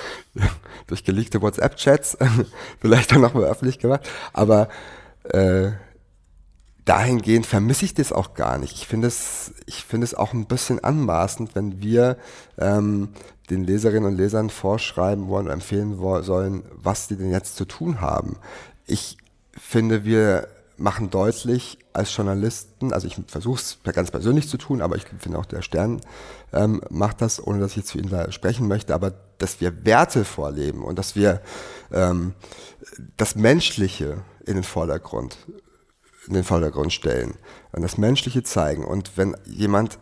durch geleakte WhatsApp-Chats vielleicht dann nochmal öffentlich gemacht. Aber äh, dahingehend vermisse ich das auch gar nicht. Ich finde es, ich finde es auch ein bisschen anmaßend, wenn wir ähm, den Leserinnen und Lesern vorschreiben wollen oder empfehlen wollen, sollen, was sie denn jetzt zu tun haben. Ich finde, wir machen deutlich als Journalisten, also ich versuche es ganz persönlich zu tun, aber ich finde auch der Stern ähm, macht das, ohne dass ich jetzt für ihn da sprechen möchte, aber dass wir Werte vorleben und dass wir ähm, das Menschliche in den Vordergrund, in den Vordergrund stellen und das Menschliche zeigen. Und wenn jemand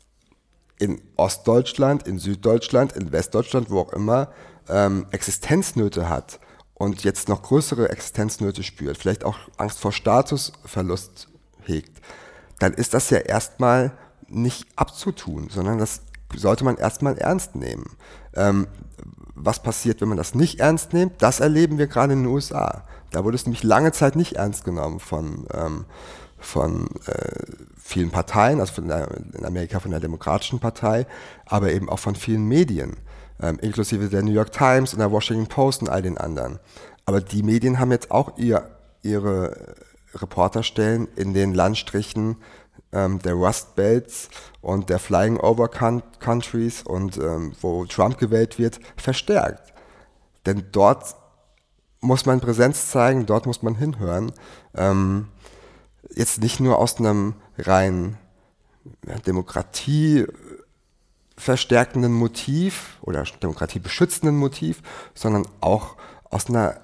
in Ostdeutschland, in Süddeutschland, in Westdeutschland, wo auch immer, ähm, Existenznöte hat, und jetzt noch größere Existenznöte spürt, vielleicht auch Angst vor Statusverlust hegt, dann ist das ja erstmal nicht abzutun, sondern das sollte man erstmal ernst nehmen. Ähm, was passiert, wenn man das nicht ernst nimmt? Das erleben wir gerade in den U S A. Da wurde es nämlich lange Zeit nicht ernst genommen von, ähm, von äh, vielen Parteien, also von der, in Amerika von der Demokratischen Partei, aber eben auch von vielen Medien. Ähm, inklusive der New York Times und der Washington Post und all den anderen. Aber die Medien haben jetzt auch ihr, ihre Reporterstellen in den Landstrichen ähm, der Rust Belts und der Flying Over Countries und ähm, wo Trump gewählt wird, verstärkt. Denn dort muss man Präsenz zeigen, dort muss man hinhören. Ähm, jetzt nicht nur aus einem rein ja, Demokratie verstärkenden Motiv oder demokratiebeschützenden Motiv, sondern auch aus einer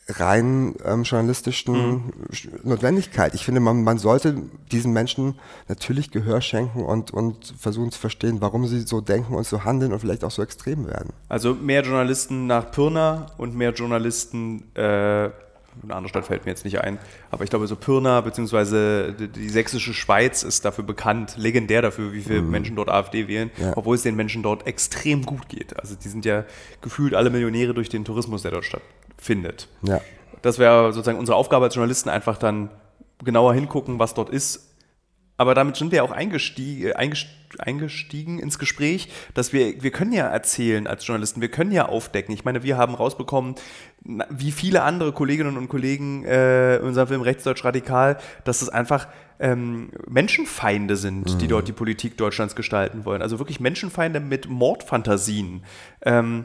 rein ähm, journalistischen mhm. Notwendigkeit. Ich finde, man, man sollte diesen Menschen natürlich Gehör schenken und, und versuchen zu verstehen, warum sie so denken und so handeln und vielleicht auch so extrem werden. Also mehr Journalisten nach Pirna und mehr Journalisten, äh, eine andere Stadt fällt mir jetzt nicht ein, aber ich glaube so Pirna bzw. die, die sächsische Schweiz ist dafür bekannt, legendär dafür, wie viele mhm. Menschen dort AfD wählen, ja. Obwohl es den Menschen dort extrem gut geht. Also die sind ja gefühlt alle Millionäre durch den Tourismus, der dort stattfindet. Ja. Das wäre sozusagen unsere Aufgabe als Journalisten, einfach dann genauer hingucken, was dort ist. Aber damit sind wir auch eingestiegen, eingestiegen ins Gespräch, dass wir, wir können ja erzählen als Journalisten, wir können ja aufdecken. Ich meine, wir haben rausbekommen, wie viele andere Kolleginnen und Kollegen äh, in unserem Film Rechtsdeutsch Radikal, dass es einfach ähm, Menschenfeinde sind, mhm. die dort die Politik Deutschlands gestalten wollen. Also wirklich Menschenfeinde mit Mordfantasien. Ähm,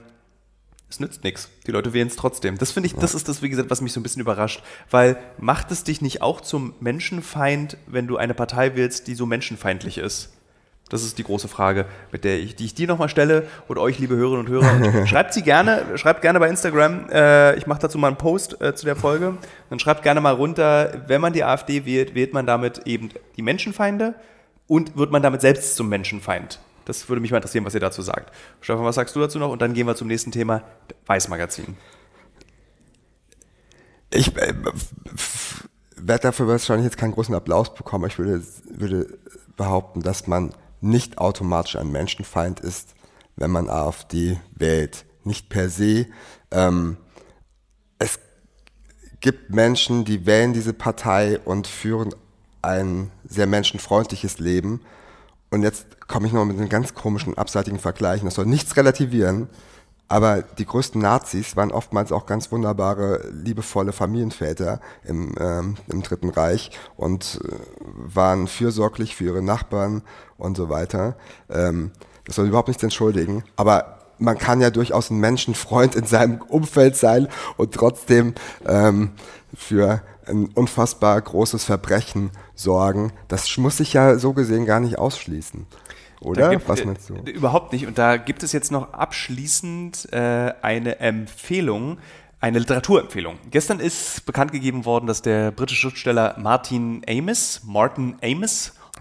Es nützt nichts. Die Leute wählen es trotzdem. Das finde ich, das ist das, wie gesagt, was mich so ein bisschen überrascht. Weil macht es dich nicht auch zum Menschenfeind, wenn du eine Partei wählst, die so menschenfeindlich ist? Das ist die große Frage, mit der ich, die ich dir nochmal stelle und euch, liebe Hörerinnen und Hörer. Und schreibt sie gerne, schreibt gerne bei Instagram. Äh, ich mache dazu mal einen Post äh, zu der Folge. Dann schreibt gerne mal runter, wenn man die AfD wählt, wählt man damit eben die Menschenfeinde und wird man damit selbst zum Menschenfeind? Das würde mich mal interessieren, was ihr dazu sagt. Stefan, was sagst du dazu noch? Und dann gehen wir zum nächsten Thema, Weiß-Magazin. Ich äh, werde dafür wahrscheinlich jetzt keinen großen Applaus bekommen. Ich würde, würde behaupten, dass man nicht automatisch ein Menschenfeind ist, wenn man AfD wählt. Nicht per se. Ähm, es gibt Menschen, die wählen diese Partei und führen ein sehr menschenfreundliches Leben. Und jetzt komme ich noch mit einem ganz komischen, abseitigen Vergleich. Das soll nichts relativieren, aber die größten Nazis waren oftmals auch ganz wunderbare, liebevolle Familienväter im, ähm, im Dritten Reich und äh, waren fürsorglich für ihre Nachbarn und so weiter. Ähm, das soll überhaupt nichts entschuldigen, aber man kann ja durchaus ein Menschenfreund in seinem Umfeld sein und trotzdem ähm, für ein unfassbar großes Verbrechen sorgen. Das muss sich ja so gesehen gar nicht ausschließen. Oder? Gibt, Was meinst du? Äh, überhaupt nicht. Und da gibt es jetzt noch abschließend äh, eine Empfehlung, eine Literaturempfehlung. Gestern ist bekannt gegeben worden, dass der britische Schriftsteller Martin Amis, Martin Amis, ja.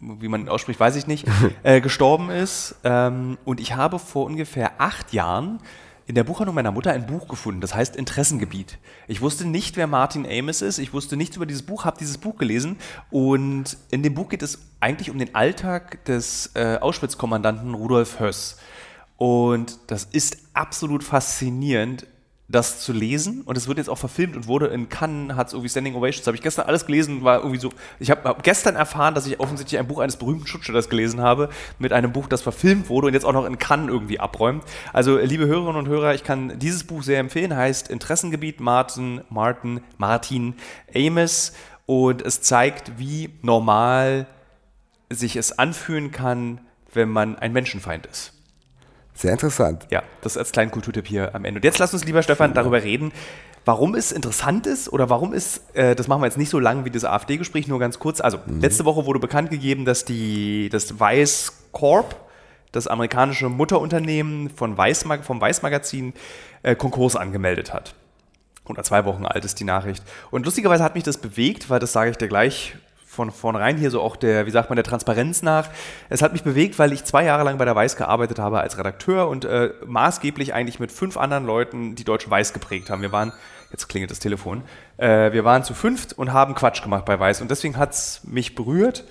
wie man ihn ausspricht, weiß ich nicht, äh, gestorben ist. Ähm, und ich habe vor ungefähr acht Jahren in der Buchhandlung meiner Mutter ein Buch gefunden, das heißt Interessengebiet. Ich wusste nicht, wer Martin Amis ist, ich wusste nichts über dieses Buch, habe dieses Buch gelesen und in dem Buch geht es eigentlich um den Alltag des äh, Auschwitz-Kommandanten Rudolf Höss. Und das ist absolut faszinierend, das zu lesen, und es wird jetzt auch verfilmt und wurde in Cannes, hat es irgendwie Standing Ovations, habe ich gestern alles gelesen, war irgendwie so, ich habe hab gestern erfahren, dass ich offensichtlich ein Buch eines berühmten Schriftstellers gelesen habe, mit einem Buch, das verfilmt wurde und jetzt auch noch in Cannes irgendwie abräumt. Also liebe Hörerinnen und Hörer, ich kann dieses Buch sehr empfehlen, heißt Interessengebiet Martin, Martin, Martin Amis, und es zeigt, wie normal sich es anfühlen kann, wenn man ein Menschenfeind ist. Sehr interessant. Ja, das als kleinen Kulturtipp hier am Ende. Und jetzt lass uns, lieber Stefan, darüber reden, warum es interessant ist oder warum es, äh, das machen wir jetzt nicht so lang wie das AfD-Gespräch, nur ganz kurz. Also, mhm. letzte Woche wurde bekannt gegeben, dass die, das Vice Corp, das amerikanische Mutterunternehmen von Vice, vom Vice-Magazin, äh, Konkurs angemeldet hat. Oder zwei Wochen alt ist die Nachricht. Und lustigerweise hat mich das bewegt, weil das sage ich dir gleich von vornherein hier so auch der, wie sagt man, der Transparenz nach. Es hat mich bewegt, weil ich zwei Jahre lang bei der Weiß gearbeitet habe als Redakteur und äh, maßgeblich eigentlich mit fünf anderen Leuten die Deutsche Weiß geprägt haben. Wir waren, jetzt klingelt das Telefon, äh, wir waren zu fünft und haben Quatsch gemacht bei Weiß und deswegen hat es mich berührt.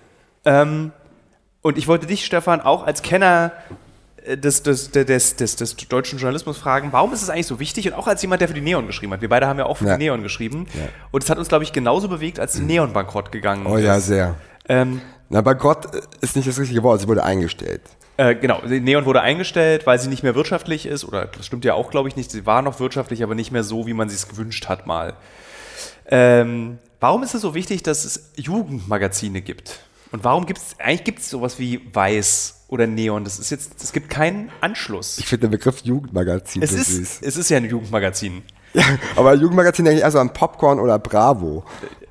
Ähm, und ich wollte dich, Stefan, auch als Kenner Des, des, des, des, des deutschen Journalismus fragen, warum ist es eigentlich so wichtig? Und auch als jemand, der für die Neon geschrieben hat. Wir beide haben ja auch für ja. die Neon geschrieben. Ja. Und es hat uns, glaube ich, genauso bewegt, als die Neon bankrott gegangen oh, ist. Oh ja, sehr. Ähm, Na, bankrott ist nicht das richtige Wort, sie wurde eingestellt. Äh, genau, die Neon wurde eingestellt, weil sie nicht mehr wirtschaftlich ist. Oder das stimmt ja auch, glaube ich, nicht. Sie war noch wirtschaftlich, aber nicht mehr so, wie man sich es gewünscht hat mal. Ähm, warum ist es so wichtig, dass es Jugendmagazine gibt? Und warum gibt es, eigentlich gibt es sowas wie Weiß oder Neon? Das ist jetzt, es gibt keinen Anschluss. Ich finde den Begriff Jugendmagazin es so ist, süß. Es ist ja ein Jugendmagazin. Ja, aber Jugendmagazin denke ich eher so an Popcorn oder Bravo.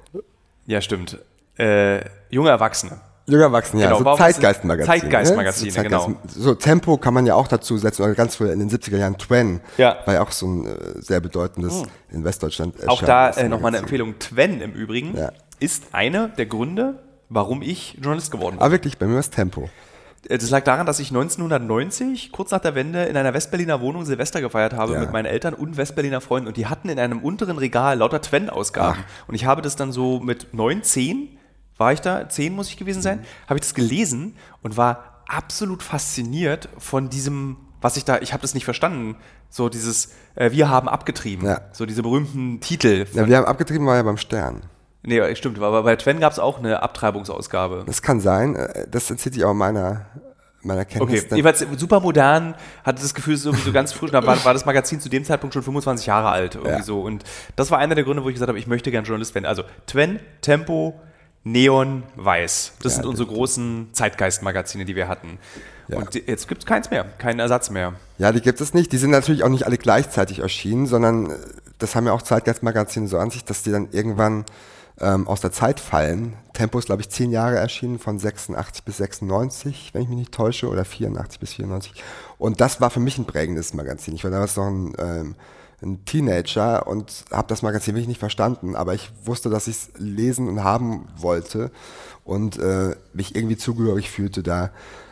Ja, stimmt. Äh, junge Erwachsene. Junge Erwachsene, ja. Genau, so Zeitgeistmagazine. Zeitgeistmagazine, ne? so Zeitgeist, genau. So Tempo kann man ja auch dazu setzen, oder ganz früher in den siebziger Jahren Twen, ja. war ja auch so ein äh, sehr bedeutendes hm. in Westdeutschland. Äh, auch da äh, nochmal eine Empfehlung. Twen im Übrigen ja. ist einer der Gründe, warum ich Journalist geworden bin. Ah, wirklich? Bei mir war es Tempo. Das lag daran, dass ich neunzehnhundertneunzig, kurz nach der Wende, in einer Westberliner Wohnung Silvester gefeiert habe ja. mit meinen Eltern und Westberliner Freunden. Und die hatten in einem unteren Regal lauter Twen-Ausgaben. Ach. Und ich habe das dann so mit neun, zehn, war ich da, zehn muss ich gewesen sein, mhm. habe ich das gelesen und war absolut fasziniert von diesem, was ich da, ich habe das nicht verstanden, so dieses, äh, wir haben abgetrieben, ja. so diese berühmten Titel. Ja, wir haben abgetrieben, war ja beim Stern. Nee, stimmt, aber bei Twen gab es auch eine Abtreibungsausgabe. Das kann sein, das entzieht sich auch meiner, meiner Kenntnis. Okay, jedenfalls super modern, hatte das Gefühl, so, so ganz frisch, da war, war das Magazin zu dem Zeitpunkt schon fünfundzwanzig Jahre alt. Irgendwie ja. so. Und das war einer der Gründe, wo ich gesagt habe, ich möchte gerne Journalist werden. Also Twen, Tempo, Neon, Weiß. Das ja, sind unsere großen Zeitgeist-Magazine, die wir hatten. Ja. Und jetzt gibt es keins mehr, keinen Ersatz mehr. Ja, die gibt es nicht. Die sind natürlich auch nicht alle gleichzeitig erschienen, sondern das haben ja auch Zeitgeist-Magazine so an sich, dass die dann irgendwann ähm, aus der Zeit fallen. Tempo ist, glaube ich, zehn Jahre erschienen, von sechsundachtzig bis sechsundneunzig, wenn ich mich nicht täusche, oder vierundachtzig bis vierundneunzig. Und das war für mich ein prägendes Magazin. Ich war damals noch ein, ähm, ein Teenager und habe das Magazin wirklich nicht verstanden, aber ich wusste, dass ich es lesen und haben wollte und äh, mich irgendwie zugehörig fühlte da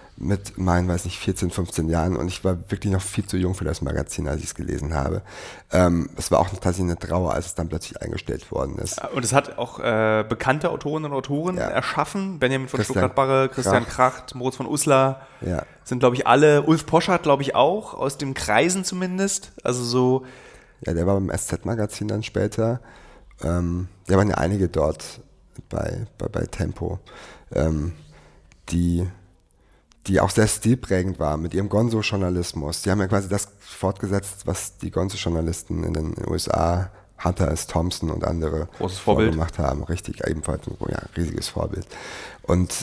mit meinen, weiß nicht, vierzehn, fünfzehn Jahren, und ich war wirklich noch viel zu jung für das Magazin, als ich es gelesen habe. Ähm, es war auch tatsächlich eine Trauer, als es dann plötzlich eingestellt worden ist. Und es hat auch äh, bekannte Autorinnen und Autoren ja. erschaffen. Benjamin von Christian Stuttgart-Barre, Christian Kracht, Kracht, Moritz von Uslar. Ja. Sind, glaube ich, alle. Ulf Poschardt, glaube ich, auch, aus den Kreisen zumindest. Also so. Ja, der war beim S Z-Magazin dann später. Ähm, da waren ja einige dort bei, bei, bei Tempo, ähm, die... die auch sehr stilprägend war mit ihrem Gonzo-Journalismus. Die haben ja quasi das fortgesetzt, was die Gonzo-Journalisten in den U S A, Hunter S. Thompson und andere vorgemacht haben. Richtig, ebenfalls ein ja, riesiges Vorbild. Und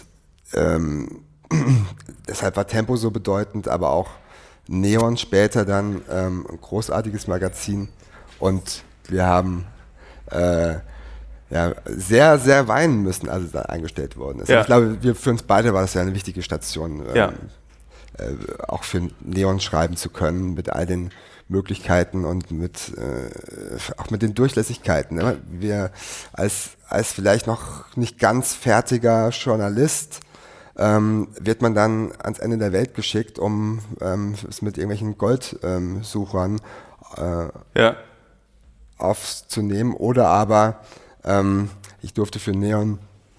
ähm, deshalb war Tempo so bedeutend, aber auch Neon später dann ähm, ein großartiges Magazin. Und wir haben äh, ja, sehr, sehr weinen müssen, als es da eingestellt worden ist. Ja. Ich glaube, wir, für uns beide war das ja eine wichtige Station, ja. ähm, äh, auch für Neon schreiben zu können, mit all den Möglichkeiten und mit äh, auch mit den Durchlässigkeiten. Ne? Wir als, als vielleicht noch nicht ganz fertiger Journalist ähm, wird man dann ans Ende der Welt geschickt, um ähm, es mit irgendwelchen Goldsuchern ähm, äh, ja. aufzunehmen. Oder aber ähm, ich durfte für Neon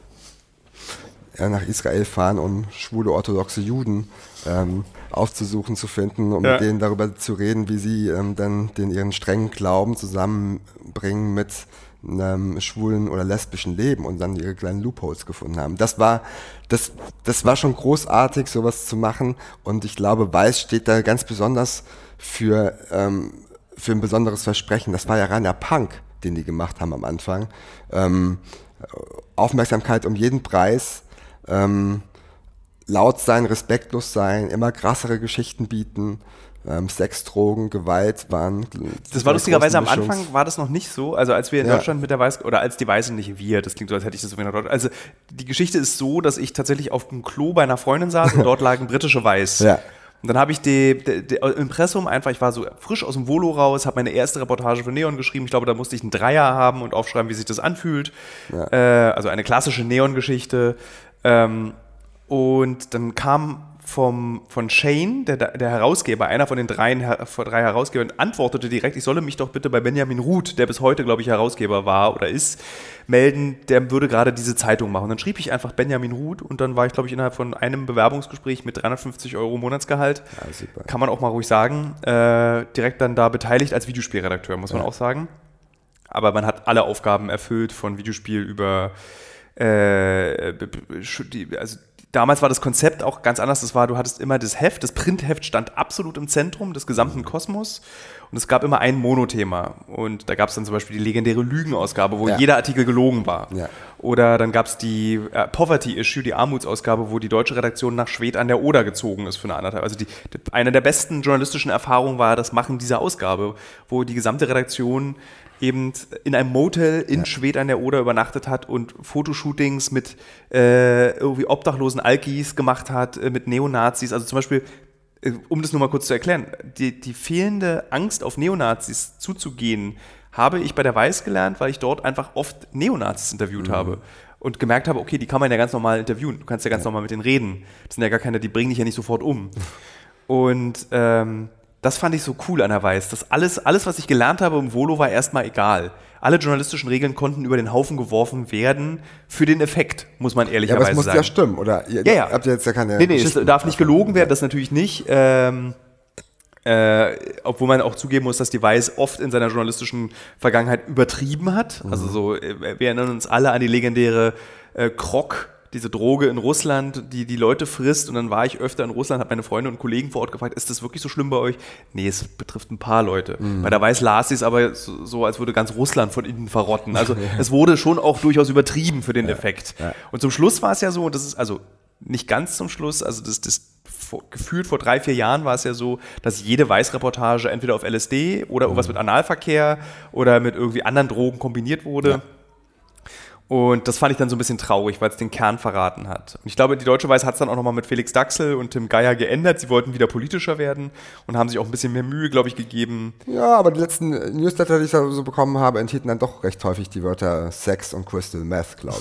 ja, nach Israel fahren, um schwule orthodoxe Juden ähm, aufzusuchen, zu finden, um ja. mit denen darüber zu reden, wie sie ähm, dann den ihren strengen Glauben zusammenbringen mit einem schwulen oder lesbischen Leben und dann ihre kleinen Loopholes gefunden haben. Das war, das, das war schon großartig, sowas zu machen, und ich glaube, Weiß steht da ganz besonders für, ähm, für ein besonderes Versprechen. Das war ja reiner Punk, den die gemacht haben am Anfang. Ähm, Aufmerksamkeit um jeden Preis, ähm, laut sein, respektlos sein, immer krassere Geschichten bieten. Ähm, Sex, Drogen, Gewalt waren... Das war lustigerweise am Anfang, war das noch nicht so. Also als wir in ja. Deutschland mit der Weiß... Oder als die Weiße, nicht wir, das klingt so, als hätte ich das so in Deutschland... Also die Geschichte ist so, dass ich tatsächlich auf dem Klo bei einer Freundin saß und dort lagen britische Weiß. Ja. Und dann habe ich die, die, die Impressum einfach, ich war so frisch aus dem Volo raus, habe meine erste Reportage für Neon geschrieben. Ich glaube, da musste ich einen Dreier haben und aufschreiben, wie sich das anfühlt. Ja. Äh, also eine klassische Neon-Geschichte. Ähm, und dann kam vom, von Shane, der, der Herausgeber, einer von den drei, drei Herausgebern, antwortete direkt, ich solle mich doch bitte bei Benjamin Ruth, der bis heute, glaube ich, Herausgeber war oder ist, melden, der würde gerade diese Zeitung machen. Und dann schrieb ich einfach Benjamin Ruth und dann war ich, glaube ich, innerhalb von einem Bewerbungsgespräch mit dreihundertfünfzig Euro Monatsgehalt, ja, super. Kann man auch mal ruhig sagen, äh, direkt dann da beteiligt als Videospielredakteur, muss man ja. auch sagen. Aber man hat alle Aufgaben erfüllt, von Videospiel über äh, die, also damals war das Konzept auch ganz anders. Das war, du hattest immer das Heft, das Printheft stand absolut im Zentrum des gesamten Kosmos und es gab immer ein Monothema. Und da gab es dann zum Beispiel die legendäre Lügenausgabe, wo ja. jeder Artikel gelogen war. Ja. Oder dann gab es die äh, Poverty-Issue, die Armutsausgabe, wo die deutsche Redaktion nach Schwedt an der Oder gezogen ist für eine anderthalb. Also die, die, eine der besten journalistischen Erfahrungen war das Machen dieser Ausgabe, wo die gesamte Redaktion eben in einem Motel in ja. Schwedt an der Oder übernachtet hat und Fotoshootings mit äh, irgendwie obdachlosen Alkis gemacht hat, äh, mit Neonazis. Also zum Beispiel, äh, um das nur mal kurz zu erklären, die, die fehlende Angst auf Neonazis zuzugehen, habe ich bei der Weiß gelernt, weil ich dort einfach oft Neonazis interviewt mhm. habe und gemerkt habe, okay, die kann man ja ganz normal interviewen. Du kannst ja ganz ja. normal mit denen reden. Das sind ja gar keine, die bringen dich ja nicht sofort um. Und ähm, das fand ich so cool an der Weiß. Das alles, alles, was ich gelernt habe im Volo, war erstmal egal. Alle journalistischen Regeln konnten über den Haufen geworfen werden für den Effekt, muss man ehrlicherweise sagen. Ja, aber es muss sagen. Ja stimmen, oder? Ihr, ja, ja. Habt ihr jetzt ja keine Nee, nee, es darf nicht gelogen werden, das natürlich nicht. Ähm, äh, obwohl man auch zugeben muss, dass die Weiß oft in seiner journalistischen Vergangenheit übertrieben hat. Mhm. Also so, wir erinnern uns alle an die legendäre äh, Krok, diese Droge in Russland, die die Leute frisst. Und dann war ich öfter in Russland, habe meine Freunde und Kollegen vor Ort gefragt, ist das wirklich so schlimm bei euch? Nee, es betrifft ein paar Leute. Mhm. Bei der Weiß las sie es aber so, so, als würde ganz Russland von innen verrotten. Also ja. es wurde schon auch durchaus übertrieben für den ja. Effekt. Ja. Und zum Schluss war es ja so, und das ist also nicht ganz zum Schluss, also das, das vor, gefühlt vor drei, vier Jahren war es ja so, dass jede Weiß-Reportage entweder auf L S D oder irgendwas mhm. mit Analverkehr oder mit irgendwie anderen Drogen kombiniert wurde. Ja. Und das fand ich dann so ein bisschen traurig, weil es den Kern verraten hat. Und ich glaube, die Deutsche Weiß hat es dann auch nochmal mit Felix Daxel und Tim Geier geändert. Sie wollten wieder politischer werden und haben sich auch ein bisschen mehr Mühe, glaube ich, gegeben. Ja, aber die letzten Newsletter, die ich so bekommen habe, enthielten dann doch recht häufig die Wörter Sex und Crystal Meth, glaube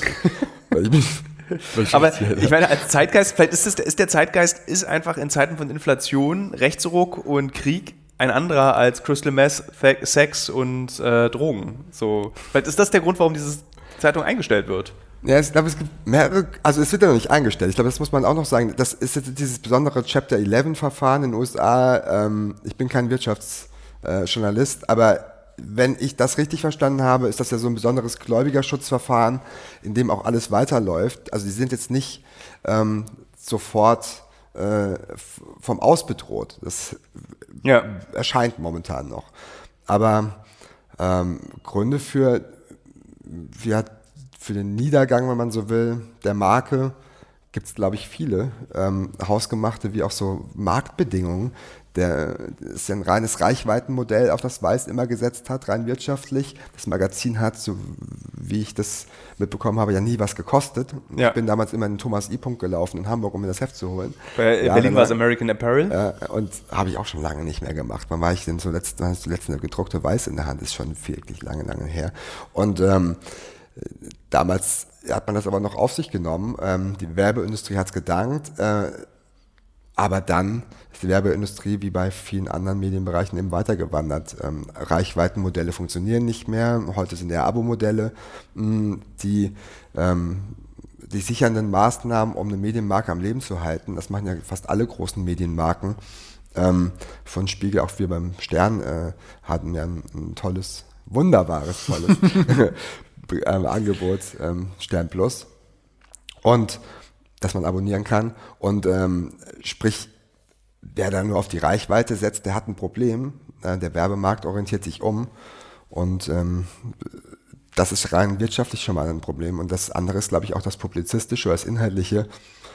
ich. Aber ich meine, als Zeitgeist, vielleicht ist, das, ist der Zeitgeist ist einfach in Zeiten von Inflation, Rechtsruck und Krieg ein anderer als Crystal Meth, Sex und äh, Drogen. So, vielleicht ist das der Grund, warum dieses Zeitung eingestellt wird. Ja, ich glaube, es gibt mehrere, also es wird ja noch nicht eingestellt. Ich glaube, das muss man auch noch sagen. Das ist jetzt dieses besondere Chapter elf Verfahren in den U S A. Ähm, ich bin kein Wirtschaftsjournalist, äh, aber wenn ich das richtig verstanden habe, ist das ja so ein besonderes Gläubigerschutzverfahren, in dem auch alles weiterläuft. Also die sind jetzt nicht ähm, sofort äh, vom Aus bedroht. Das ja. erscheint momentan noch. Aber ähm, Gründe für Ja, für den Niedergang, wenn man so will, der Marke gibt es, glaube ich, viele. Ähm, hausgemachte wie auch so Marktbedingungen. Der ist ja ein reines Reichweitenmodell, auf das Weiß immer gesetzt hat, rein wirtschaftlich. Das Magazin hat, so wie ich das mitbekommen habe, ja nie was gekostet. Ja. Ich bin damals immer in den Thomas I-Punkt gelaufen in Hamburg, um mir das Heft zu holen. Bei ja, Berlin war es American Apparel. Äh, und habe ich auch schon lange nicht mehr gemacht. Wann war ich denn zuletzt, zuletzt eine gedruckte Weiß in der Hand? Ist schon wirklich lange, lange her. Und ähm, Damals hat man das aber noch auf sich genommen. Ähm, die Werbeindustrie hat es gedankt. Äh, aber dann ist die Werbeindustrie wie bei vielen anderen Medienbereichen eben weitergewandert. Ähm, Reichweitenmodelle funktionieren nicht mehr. Heute sind eher Abo-Modelle, mh, die ähm, die sichernden Maßnahmen, um eine Medienmarke am Leben zu halten. Das machen ja fast alle großen Medienmarken. Ähm, von Spiegel, auch wir beim Stern äh, hatten ja ein, ein tolles, wunderbares, tolles ähm, Angebot, ähm, Stern Plus. Und dass man abonnieren kann. Und ähm, sprich, wer da nur auf die Reichweite setzt, der hat ein Problem. Äh, der Werbemarkt orientiert sich um. Und ähm, das ist rein wirtschaftlich schon mal ein Problem. Und das andere ist, glaube ich, auch das Publizistische oder das Inhaltliche.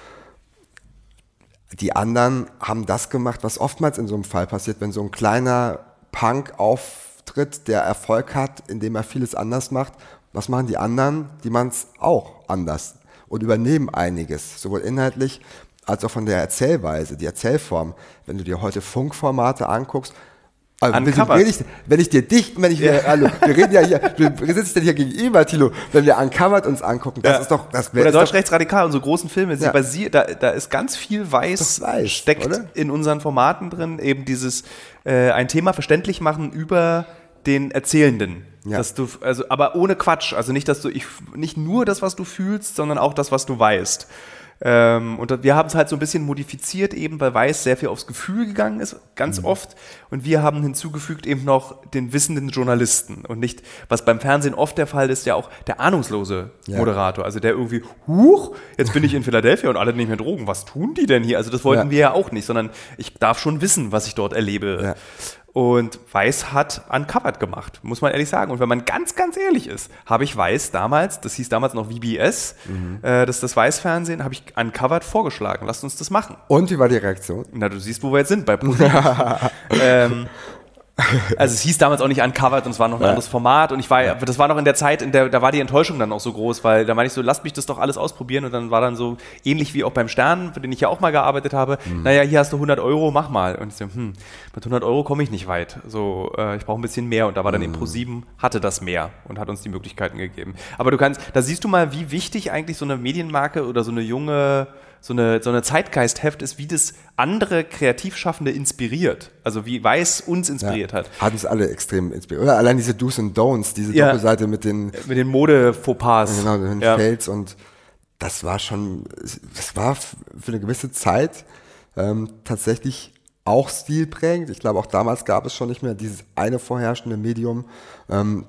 Die anderen haben das gemacht, was oftmals in so einem Fall passiert, wenn so ein kleiner Punk auftritt, der Erfolg hat, indem er vieles anders macht. Was machen die anderen? Die machen es auch anders und übernehmen einiges, sowohl inhaltlich als auch von der Erzählweise, die Erzählform. Wenn du dir heute Funkformate anguckst, also wenn, ich, wenn ich dir dich, wenn ich ja. wir, hallo, wir reden ja hier, wir sitzen ja hier gegenüber, Thilo, wenn wir Uncovered uns angucken, das ja. ist doch, das wäre. Oder Deutsch-Rechtsradikal, unsere großen Filme, ja. basiert, da, da ist ganz viel Weiß, weiß steckt oder? in unseren Formaten drin, eben dieses, äh, ein Thema verständlich machen über den Erzählenden. Ja. Dass du, also, aber ohne Quatsch, also nicht, dass du, ich, nicht nur das, was du fühlst, sondern auch das, was du weißt. Ähm, und wir haben es halt so ein bisschen modifiziert, eben weil Weiß sehr viel aufs Gefühl gegangen ist, ganz mhm. oft. Und wir haben hinzugefügt eben noch den wissenden Journalisten und nicht, was beim Fernsehen oft der Fall ist, ja auch der ahnungslose ja. Moderator. Also der irgendwie, huch, jetzt bin ich in Philadelphia und alle nehmen mir Drogen. Was tun die denn hier? Also das wollten ja. wir ja auch nicht, sondern ich darf schon wissen, was ich dort erlebe. Ja. Und Weiß hat Uncovered gemacht, muss man ehrlich sagen. Und wenn man ganz, ganz ehrlich ist, habe ich Weiß damals, das hieß damals noch V B S, mhm. äh, das ist das Weiß-Fernsehen, habe ich Uncovered vorgeschlagen. Lasst uns das machen. Und wie war die Reaktion? Na, du siehst, wo wir jetzt sind, bei ProSieben. ähm, Also es hieß damals auch nicht Uncovered und es war noch ein ja. anderes Format und ich war, das war noch in der Zeit, in der, da war die Enttäuschung dann auch so groß, weil da meine ich so, lasst mich das doch alles ausprobieren und dann war dann so ähnlich wie auch beim Stern, für den ich ja auch mal gearbeitet habe, mhm. naja, hier hast du hundert Euro, mach mal. Und ich so, hm, mit hundert Euro komme ich nicht weit, so, äh, ich brauche ein bisschen mehr und da war dann mhm. eben ProSieben, hatte das mehr und hat uns die Möglichkeiten gegeben. Aber du kannst, da siehst du mal, wie wichtig eigentlich so eine Medienmarke oder so eine junge so eine, so eine Zeitgeistheft ist, wie das andere Kreativschaffende inspiriert. Also wie Weiß uns inspiriert ja, hat. Hat uns alle extrem inspiriert. Oder allein diese Do's and Don'ts, diese ja. Doppelseite mit den mit den Mode-Fauxpas. Genau, mit den ja. Fails und das war schon, das war für eine gewisse Zeit ähm, tatsächlich auch stilprägend. Ich glaube, auch damals gab es schon nicht mehr dieses eine vorherrschende Medium. Ähm,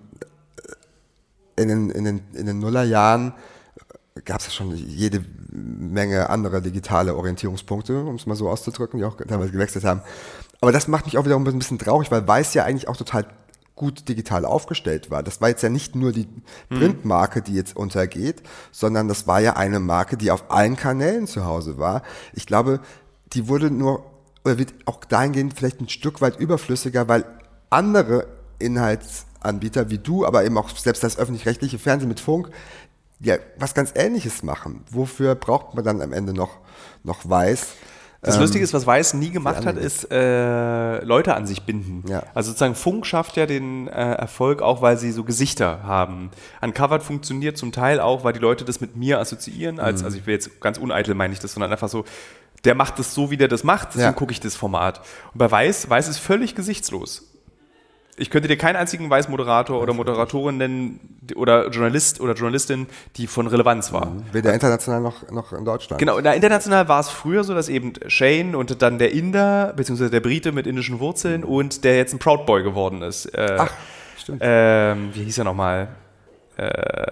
in den, in den, in den Nullerjahren gab es ja schon jede Menge andere digitale Orientierungspunkte, um es mal so auszudrücken, die auch teilweise gewechselt haben. Aber das macht mich auch wiederum ein bisschen traurig, weil Weiß ja eigentlich auch total gut digital aufgestellt war. Das war jetzt ja nicht nur die Printmarke, die jetzt untergeht, sondern das war ja eine Marke, die auf allen Kanälen zu Hause war. Ich glaube, die wurde nur, oder wird auch dahingehend vielleicht ein Stück weit überflüssiger, weil andere Inhaltsanbieter wie du, aber eben auch selbst das öffentlich-rechtliche Fernsehen mit Funk, ja, was ganz Ähnliches machen. Wofür braucht man dann am Ende noch, noch Weiß? Das ähm, Lustige ist, was Weiß nie gemacht hat, ist äh, Leute an sich binden. Ja. Also sozusagen Funk schafft ja den äh, Erfolg auch, weil sie so Gesichter haben. Uncovered funktioniert zum Teil auch, weil die Leute das mit mir assoziieren. Als, mhm. Also ich will jetzt ganz uneitel meine ich das, sondern einfach so, der macht das so, wie der das macht, deswegen ja. gucke ich das Format. Und bei Weiß, Weiß ist völlig gesichtslos. Ich könnte dir keinen einzigen Weiß-Moderator oder Moderatorin nennen oder Journalist oder Journalistin, die von Relevanz war. Weder international noch, noch in Deutschland. Genau, na, international war es früher so, dass eben Shane und dann der Inder, beziehungsweise der Brite mit indischen Wurzeln und der jetzt ein Proud Boy geworden ist. Äh, Ach, stimmt. Ähm, wie hieß er nochmal? Äh,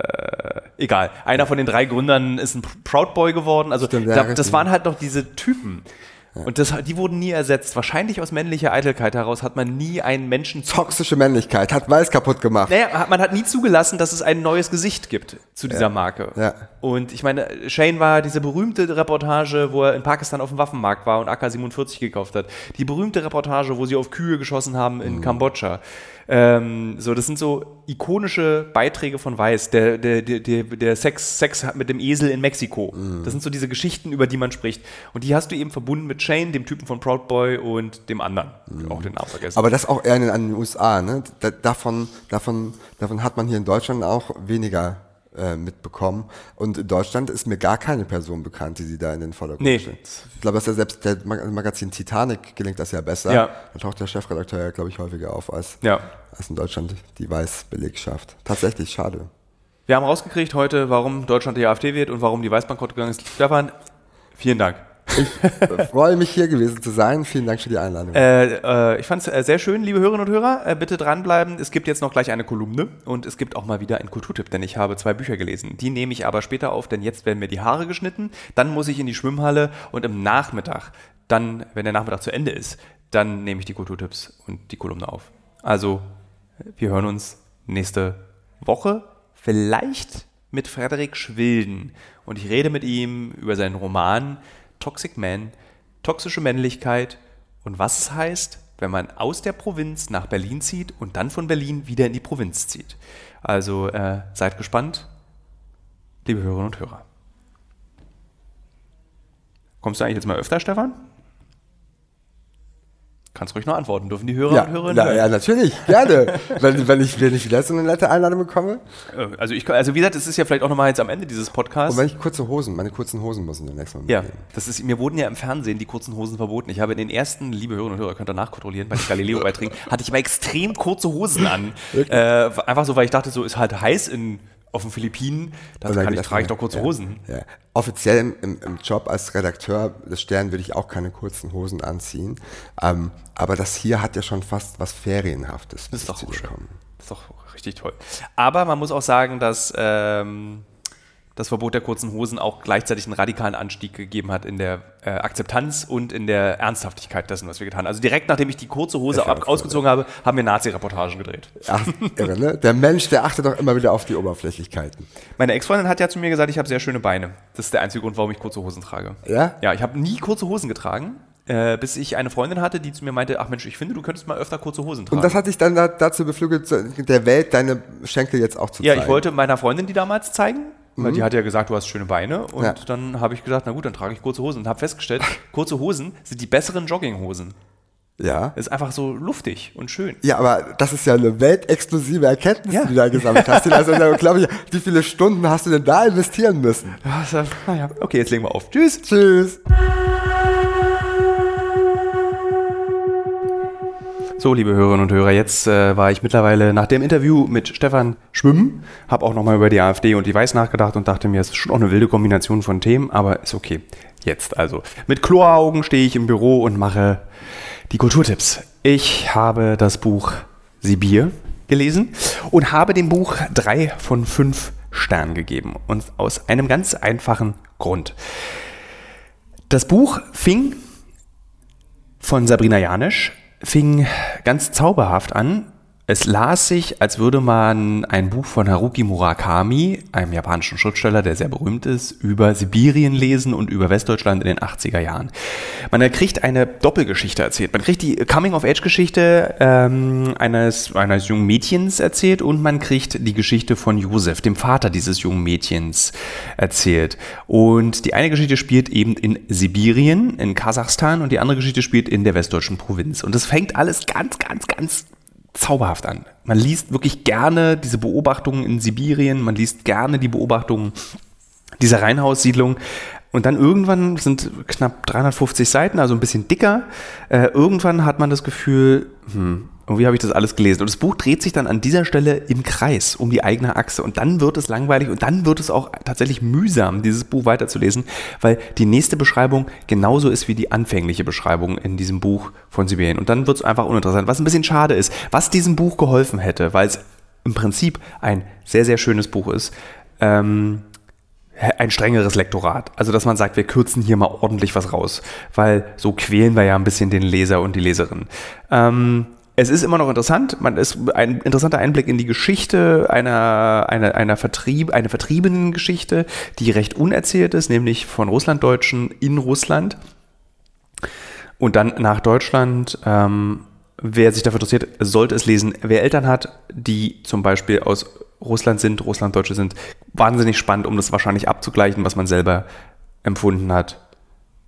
egal. Einer von den drei Gründern ist ein Proud Boy geworden. Also stimmt, da, das waren halt noch diese Typen. Ja. Und das, die wurden nie ersetzt. Wahrscheinlich aus männlicher Eitelkeit heraus hat man nie einen Menschen... Toxische Männlichkeit, hat Weiß kaputt gemacht. Naja, man hat nie zugelassen, dass es ein neues Gesicht gibt zu dieser ja. Marke. Ja. Und ich meine, Shane war diese berühmte Reportage, wo er in Pakistan auf dem Waffenmarkt war und A K siebenundvierzig gekauft hat. Die berühmte Reportage, wo sie auf Kühe geschossen haben in mhm. Kambodscha. Ähm, so, das sind so ikonische Beiträge von Weiß. Der, der, der, der, der Sex, Sex mit dem Esel in Mexiko. Mhm. Das sind so diese Geschichten, über die man spricht. Und die hast du eben verbunden mit Shane, dem Typen von Proud Boy und dem anderen. Mhm. Auch den Namen vergessen. Aber das auch eher in den U S A. Ne? Da, davon, davon, davon hat man hier in Deutschland auch weniger äh, mitbekommen. Und in Deutschland ist mir gar keine Person bekannt, die sie da in den Vordergrund Nee. stellt. Ich glaube, dass ja selbst der Mag- Magazin Titanic gelingt das ja besser. Ja. Da taucht der Chefredakteur ja, glaube ich, häufiger auf als, Ja. als in Deutschland die Weißbelegschaft. Tatsächlich, schade. Wir haben rausgekriegt heute, warum Deutschland die AfD wird und warum die Weiß bankrott gegangen ist. Stefan, vielen Dank. Ich freue mich, hier gewesen zu sein. Vielen Dank für die Einladung. Äh, äh, ich fand es äh, sehr schön, liebe Hörerinnen und Hörer. Äh, bitte dranbleiben. Es gibt jetzt noch gleich eine Kolumne und es gibt auch mal wieder einen Kulturtipp, denn ich habe zwei Bücher gelesen. Die nehme ich aber später auf, denn jetzt werden mir die Haare geschnitten. Dann muss ich in die Schwimmhalle und im Nachmittag, dann, wenn der Nachmittag zu Ende ist, dann nehme ich die Kulturtipps und die Kolumne auf. Also, wir hören uns nächste Woche. Vielleicht mit Frederik Schwilden. Und ich rede mit ihm über seinen Roman Toxic Man, toxische Männlichkeit und was es heißt, wenn man aus der Provinz nach Berlin zieht und dann von Berlin wieder in die Provinz zieht. Also äh, seid gespannt, liebe Hörerinnen und Hörer. Kommst du eigentlich jetzt mal öfter, Stefan? Kannst ruhig noch antworten, dürfen die Hörer ja, und Hörerinnen ja, hören. ja, natürlich, gerne. wenn, wenn, ich, wenn ich wieder so eine nette Einladung bekomme. Also, ich, also wie gesagt, es ist ja vielleicht auch nochmal jetzt am Ende dieses Podcasts. Und wenn ich kurze Hosen, meine kurzen Hosen müssen wir nächstes Mal Ja, mitnehmen. das ist, mir wurden ja im Fernsehen die kurzen Hosen verboten. Ich habe in den ersten, liebe Hörerinnen und Hörer, könnt ihr nachkontrollieren, bei den Galileo-Beiträgen, hatte ich immer extrem kurze Hosen an. Äh, einfach so, weil ich dachte, so ist halt heiß in, auf den Philippinen, da kann ich, trage ich doch kurze ja, Hosen. Ja. Offiziell im, im, im Job als Redakteur des Stern würde ich auch keine kurzen Hosen anziehen. Ähm, aber das hier hat ja schon fast was Ferienhaftes. Das ist doch zu schön. bekommen. Das ist doch richtig toll. Aber man muss auch sagen, dass ähm, das Verbot der kurzen Hosen auch gleichzeitig einen radikalen Anstieg gegeben hat in der äh, Akzeptanz und in der Ernsthaftigkeit dessen, was wir getan haben. Also direkt nachdem ich die kurze Hose ab, ausgezogen habe, haben wir Nazi-Reportagen gedreht. Ach, irre, ne? Der Mensch, der achtet doch immer wieder auf die Oberflächlichkeiten. Meine Ex-Freundin hat ja zu mir gesagt, ich habe sehr schöne Beine. Das ist der einzige Grund, warum ich kurze Hosen trage. Ja? Ja, ich habe nie kurze Hosen getragen, äh, bis ich eine Freundin hatte, die zu mir meinte, ach Mensch, ich finde, du könntest mal öfter kurze Hosen tragen. Und das hat dich dann da, dazu beflügelt, der Welt deine Schenkel jetzt auch zu Ja, zeigen? ich wollte meiner Freundin die damals zeigen, weil Mhm. die hat ja gesagt, du hast schöne Beine. Und Ja. dann habe ich gesagt, na gut, dann trage ich kurze Hosen. Und habe festgestellt, kurze Hosen sind die besseren Jogginghosen. Ja. Ist einfach so luftig und schön. Ja, aber das ist ja eine weltexklusive Erkenntnis, Ja. die du da gesammelt hast. Also, glaube ich, wie viele Stunden hast du denn da investieren müssen? Also, naja, okay, jetzt legen wir auf. Tschüss. Tschüss. So, liebe Hörerinnen und Hörer, jetzt äh, war ich mittlerweile nach dem Interview mit Stefan schwimmen, habe auch nochmal über die AfD und die Weiß nachgedacht und dachte mir, es ist schon auch eine wilde Kombination von Themen, aber ist okay. Jetzt also. Mit Chloraugen stehe ich im Büro und mache die Kulturtipps. Ich habe das Buch Sibir gelesen und habe dem Buch drei von fünf Sternen gegeben. Und aus einem ganz einfachen Grund. Das Buch fing von Sabrina Janisch fing ganz zauberhaft an. Es las sich, als würde man ein Buch von Haruki Murakami, einem japanischen Schriftsteller, der sehr berühmt ist, über Sibirien lesen und über Westdeutschland in den achtziger Jahren. Man kriegt eine Doppelgeschichte erzählt. Man kriegt die Coming-of-Age-Geschichte ähm, eines, eines jungen Mädchens erzählt und man kriegt die Geschichte von Josef, dem Vater dieses jungen Mädchens, erzählt. Und die eine Geschichte spielt eben in Sibirien, in Kasachstan, und die andere Geschichte spielt in der westdeutschen Provinz. Und das fängt alles ganz, ganz, ganz zauberhaft an. Man liest wirklich gerne diese Beobachtungen in Sibirien, man liest gerne die Beobachtungen dieser Reihenhaussiedlung und dann irgendwann sind knapp dreihundertfünfzig Seiten, also ein bisschen dicker, äh, irgendwann hat man das Gefühl, hm, irgendwie habe ich das alles gelesen. Und das Buch dreht sich dann an dieser Stelle im Kreis um die eigene Achse. Und dann wird es langweilig und dann wird es auch tatsächlich mühsam, dieses Buch weiterzulesen, weil die nächste Beschreibung genauso ist wie die anfängliche Beschreibung in diesem Buch von Sibirien. Und dann wird es einfach uninteressant, was ein bisschen schade ist. Was diesem Buch geholfen hätte, weil es im Prinzip ein sehr, sehr schönes Buch ist, ähm, ein strengeres Lektorat. Also, dass man sagt, wir kürzen hier mal ordentlich was raus, weil so quälen wir ja ein bisschen den Leser und die Leserin. Ähm, Es ist immer noch interessant, man ist ein interessanter Einblick in die Geschichte einer, einer, einer Vertrieb, eine vertriebenen Geschichte, die recht unerzählt ist, nämlich von Russlanddeutschen in Russland und dann nach Deutschland. Ähm, wer sich dafür interessiert, sollte es lesen. Wer Eltern hat, die zum Beispiel aus Russland sind, Russlanddeutsche sind, wahnsinnig spannend, um das wahrscheinlich abzugleichen, was man selber empfunden hat.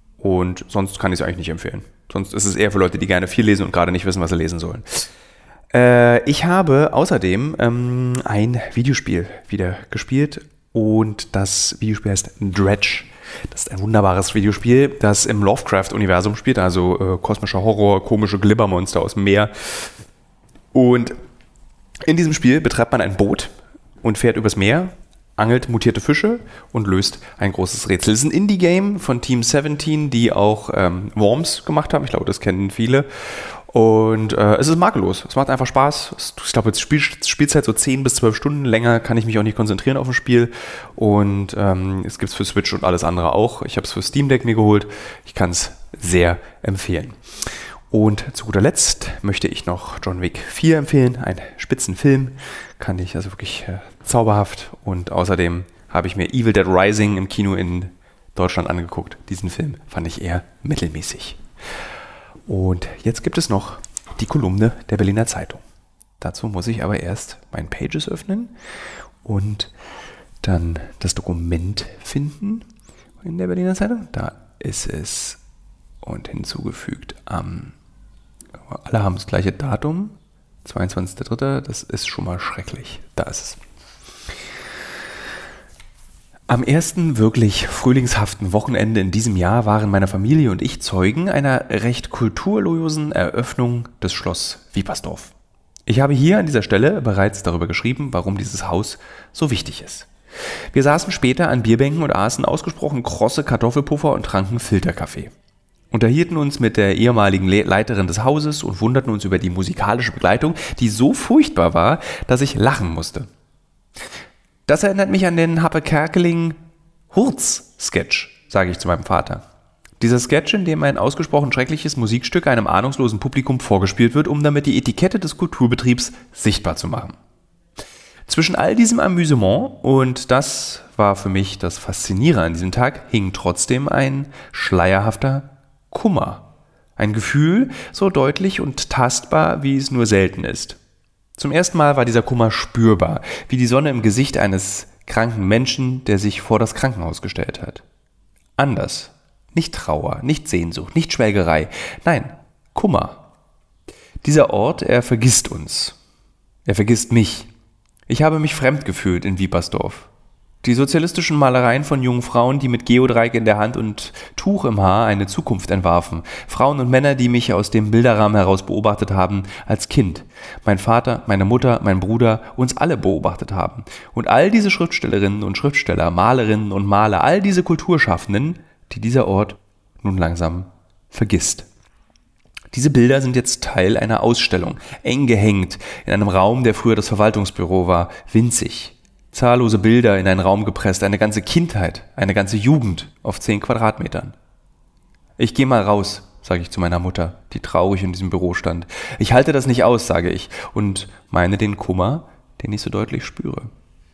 Und sonst kann ich es eigentlich nicht empfehlen. Sonst ist es eher für Leute, die gerne viel lesen und gerade nicht wissen, was sie lesen sollen. Äh, ich habe außerdem ähm, ein Videospiel wieder gespielt und das Videospiel heißt Dredge. Das ist ein wunderbares Videospiel, das im Lovecraft-Universum spielt, also äh, kosmischer Horror, komische Glibbermonster aus dem Meer. Und in diesem Spiel betreibt man ein Boot und fährt übers Meer, angelt mutierte Fische und löst ein großes Rätsel. Es ist ein Indie-Game von Team siebzehn, die auch ähm, Worms gemacht haben. Ich glaube, das kennen viele. Und äh, es ist makellos. Es macht einfach Spaß. Es, ich glaube, jetzt Spiel, Spielzeit so zehn bis zwölf Stunden. Länger kann ich mich auch nicht konzentrieren auf ein Spiel. Und ähm, es gibt es für Switch und alles andere auch. Ich habe es für Steam Deck mir geholt. Ich kann es sehr empfehlen. Und zu guter Letzt möchte ich noch John Wick vier empfehlen. Ein Spitzenfilm. Kann ich also wirklich äh, zauberhaft. Und außerdem habe ich mir Evil Dead Rising im Kino in Deutschland angeguckt. Diesen Film fand ich eher mittelmäßig. Und jetzt gibt es noch die Kolumne der Berliner Zeitung. Dazu muss ich aber erst mein Pages öffnen und dann das Dokument finden in der Berliner Zeitung. Da ist es und hinzugefügt am, alle haben das gleiche Datum, zweiundzwanzigster dritter Das ist schon mal schrecklich. Da ist es. Am ersten wirklich frühlingshaften Wochenende in diesem Jahr waren meine Familie und ich Zeugen einer recht kulturlosen Eröffnung des Schloss Wiepersdorf. Ich habe hier an dieser Stelle bereits darüber geschrieben, warum dieses Haus so wichtig ist. Wir saßen später an Bierbänken und aßen ausgesprochen krosse Kartoffelpuffer und tranken Filterkaffee. Unterhielten uns mit der ehemaligen Le- Leiterin des Hauses und wunderten uns über die musikalische Begleitung, die so furchtbar war, dass ich lachen musste. Das erinnert mich an den Happe Kerkeling Hurz-Sketch, sage ich zu meinem Vater. Dieser Sketch, in dem ein ausgesprochen schreckliches Musikstück einem ahnungslosen Publikum vorgespielt wird, um damit die Etikette des Kulturbetriebs sichtbar zu machen. Zwischen all diesem Amüsement, und das war für mich das Faszinierende an diesem Tag, hing trotzdem ein schleierhafter Kummer. Ein Gefühl so deutlich und tastbar, wie es nur selten ist. Zum ersten Mal war dieser Kummer spürbar, wie die Sonne im Gesicht eines kranken Menschen, der sich vor das Krankenhaus gestellt hat. Anders. Nicht Trauer, nicht Sehnsucht, nicht Schwelgerei. Nein, Kummer. Dieser Ort, er vergisst uns. Er vergisst mich. Ich habe mich fremd gefühlt in Wiepersdorf. Die sozialistischen Malereien von jungen Frauen, die mit Geodreieck in der Hand und Tuch im Haar eine Zukunft entwarfen. Frauen und Männer, die mich aus dem Bilderrahmen heraus beobachtet haben als Kind. Mein Vater, meine Mutter, mein Bruder, uns alle beobachtet haben. Und all diese Schriftstellerinnen und Schriftsteller, Malerinnen und Maler, all diese Kulturschaffenden, die dieser Ort nun langsam vergisst. Diese Bilder sind jetzt Teil einer Ausstellung, eng gehängt, in einem Raum, der früher das Verwaltungsbüro war, winzig. Zahllose Bilder in einen Raum gepresst, eine ganze Kindheit, eine ganze Jugend auf zehn Quadratmetern. Ich gehe mal raus, sage ich zu meiner Mutter, die traurig in diesem Büro stand. Ich halte das nicht aus, sage ich, und meine den Kummer, den ich so deutlich spüre.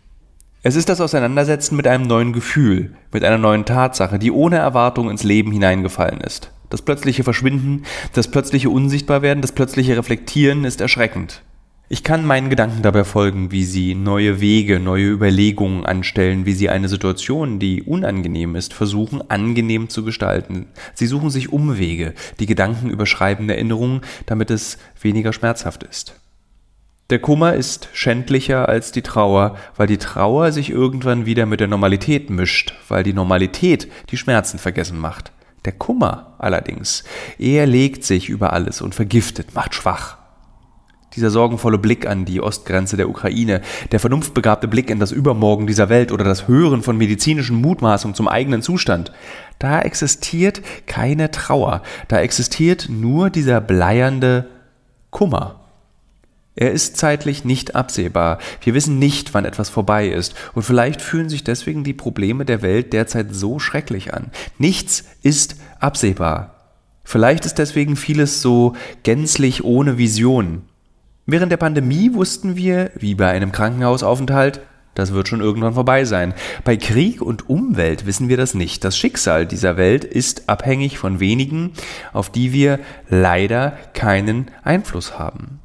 Es ist das Auseinandersetzen mit einem neuen Gefühl, mit einer neuen Tatsache, die ohne Erwartung ins Leben hineingefallen ist. Das plötzliche Verschwinden, das plötzliche Unsichtbarwerden, das plötzliche Reflektieren ist erschreckend. Ich kann meinen Gedanken dabei folgen, wie sie neue Wege, neue Überlegungen anstellen, wie sie eine Situation, die unangenehm ist, versuchen, angenehm zu gestalten. Sie suchen sich Umwege, die Gedanken überschreiben Erinnerungen, damit es weniger schmerzhaft ist. Der Kummer ist schändlicher als die Trauer, weil die Trauer sich irgendwann wieder mit der Normalität mischt, weil die Normalität die Schmerzen vergessen macht. Der Kummer allerdings, er legt sich über alles und vergiftet, macht schwach. Dieser sorgenvolle Blick an die Ostgrenze der Ukraine, der vernunftbegabte Blick in das Übermorgen dieser Welt oder das Hören von medizinischen Mutmaßungen zum eigenen Zustand, da existiert keine Trauer, da existiert nur dieser bleiernde Kummer. Er ist zeitlich nicht absehbar. Wir wissen nicht, wann etwas vorbei ist. Und vielleicht fühlen sich deswegen die Probleme der Welt derzeit so schrecklich an. Nichts ist absehbar. Vielleicht ist deswegen vieles so gänzlich ohne Vision. Während der Pandemie wussten wir, wie bei einem Krankenhausaufenthalt, das wird schon irgendwann vorbei sein. Bei Krieg und Umwelt wissen wir das nicht. Das Schicksal dieser Welt ist abhängig von wenigen, auf die wir leider keinen Einfluss haben.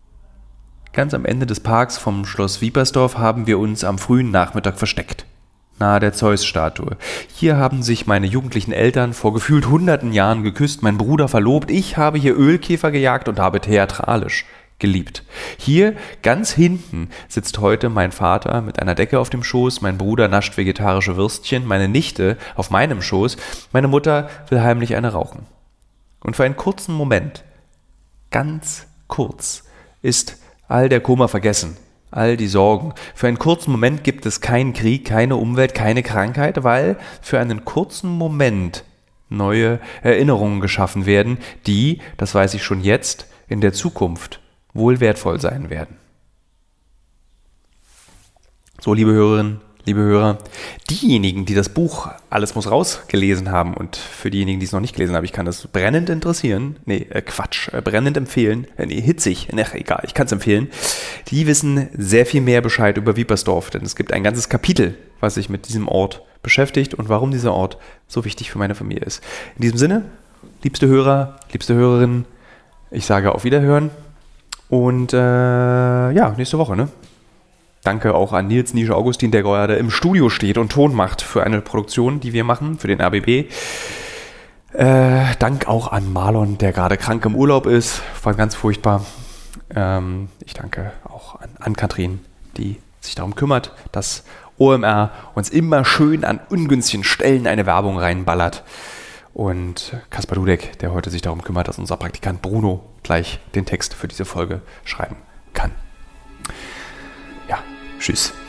Ganz am Ende des Parks vom Schloss Wiepersdorf haben wir uns am frühen Nachmittag versteckt, nahe der Zeus-Statue. Hier haben sich meine jugendlichen Eltern vor gefühlt hunderten Jahren geküsst, mein Bruder verlobt, ich habe hier Ölkäfer gejagt und habe theatralisch geliebt. Hier ganz hinten sitzt heute mein Vater mit einer Decke auf dem Schoß, mein Bruder nascht vegetarische Würstchen, meine Nichte auf meinem Schoß, meine Mutter will heimlich eine rauchen. Und für einen kurzen Moment, ganz kurz, ist all der Kummer vergessen, all die Sorgen. Für einen kurzen Moment gibt es keinen Krieg, keine Umwelt, keine Krankheit, weil für einen kurzen Moment neue Erinnerungen geschaffen werden, die, das weiß ich schon jetzt, in der Zukunft wohl wertvoll sein werden. So, liebe Hörerinnen, liebe Hörer, diejenigen, die das Buch Alles muss raus gelesen haben und für diejenigen, die es noch nicht gelesen haben, ich kann das brennend interessieren, nee, äh, Quatsch, äh, brennend empfehlen, äh, nee, hitzig, nee, egal, ich kann es empfehlen, die wissen sehr viel mehr Bescheid über Wiepersdorf, denn es gibt ein ganzes Kapitel, was sich mit diesem Ort beschäftigt und warum dieser Ort so wichtig für meine Familie ist. In diesem Sinne, liebste Hörer, liebste Hörerinnen, ich sage auf Wiederhören. Und äh, ja, nächste Woche, ne? Danke auch an Nils Nische Augustin, der gerade im Studio steht und Ton macht für eine Produktion, die wir machen, für den R B B. Äh, Dank auch an Marlon, der gerade krank im Urlaub ist. War ganz furchtbar. Ähm, ich danke auch an Ann-Kathrin, die sich darum kümmert, dass O M R uns immer schön an ungünstigen Stellen eine Werbung reinballert. Und Kaspar Dudek, der heute sich darum kümmert, dass unser Praktikant Bruno gleich den Text für diese Folge schreiben kann. Ja, tschüss.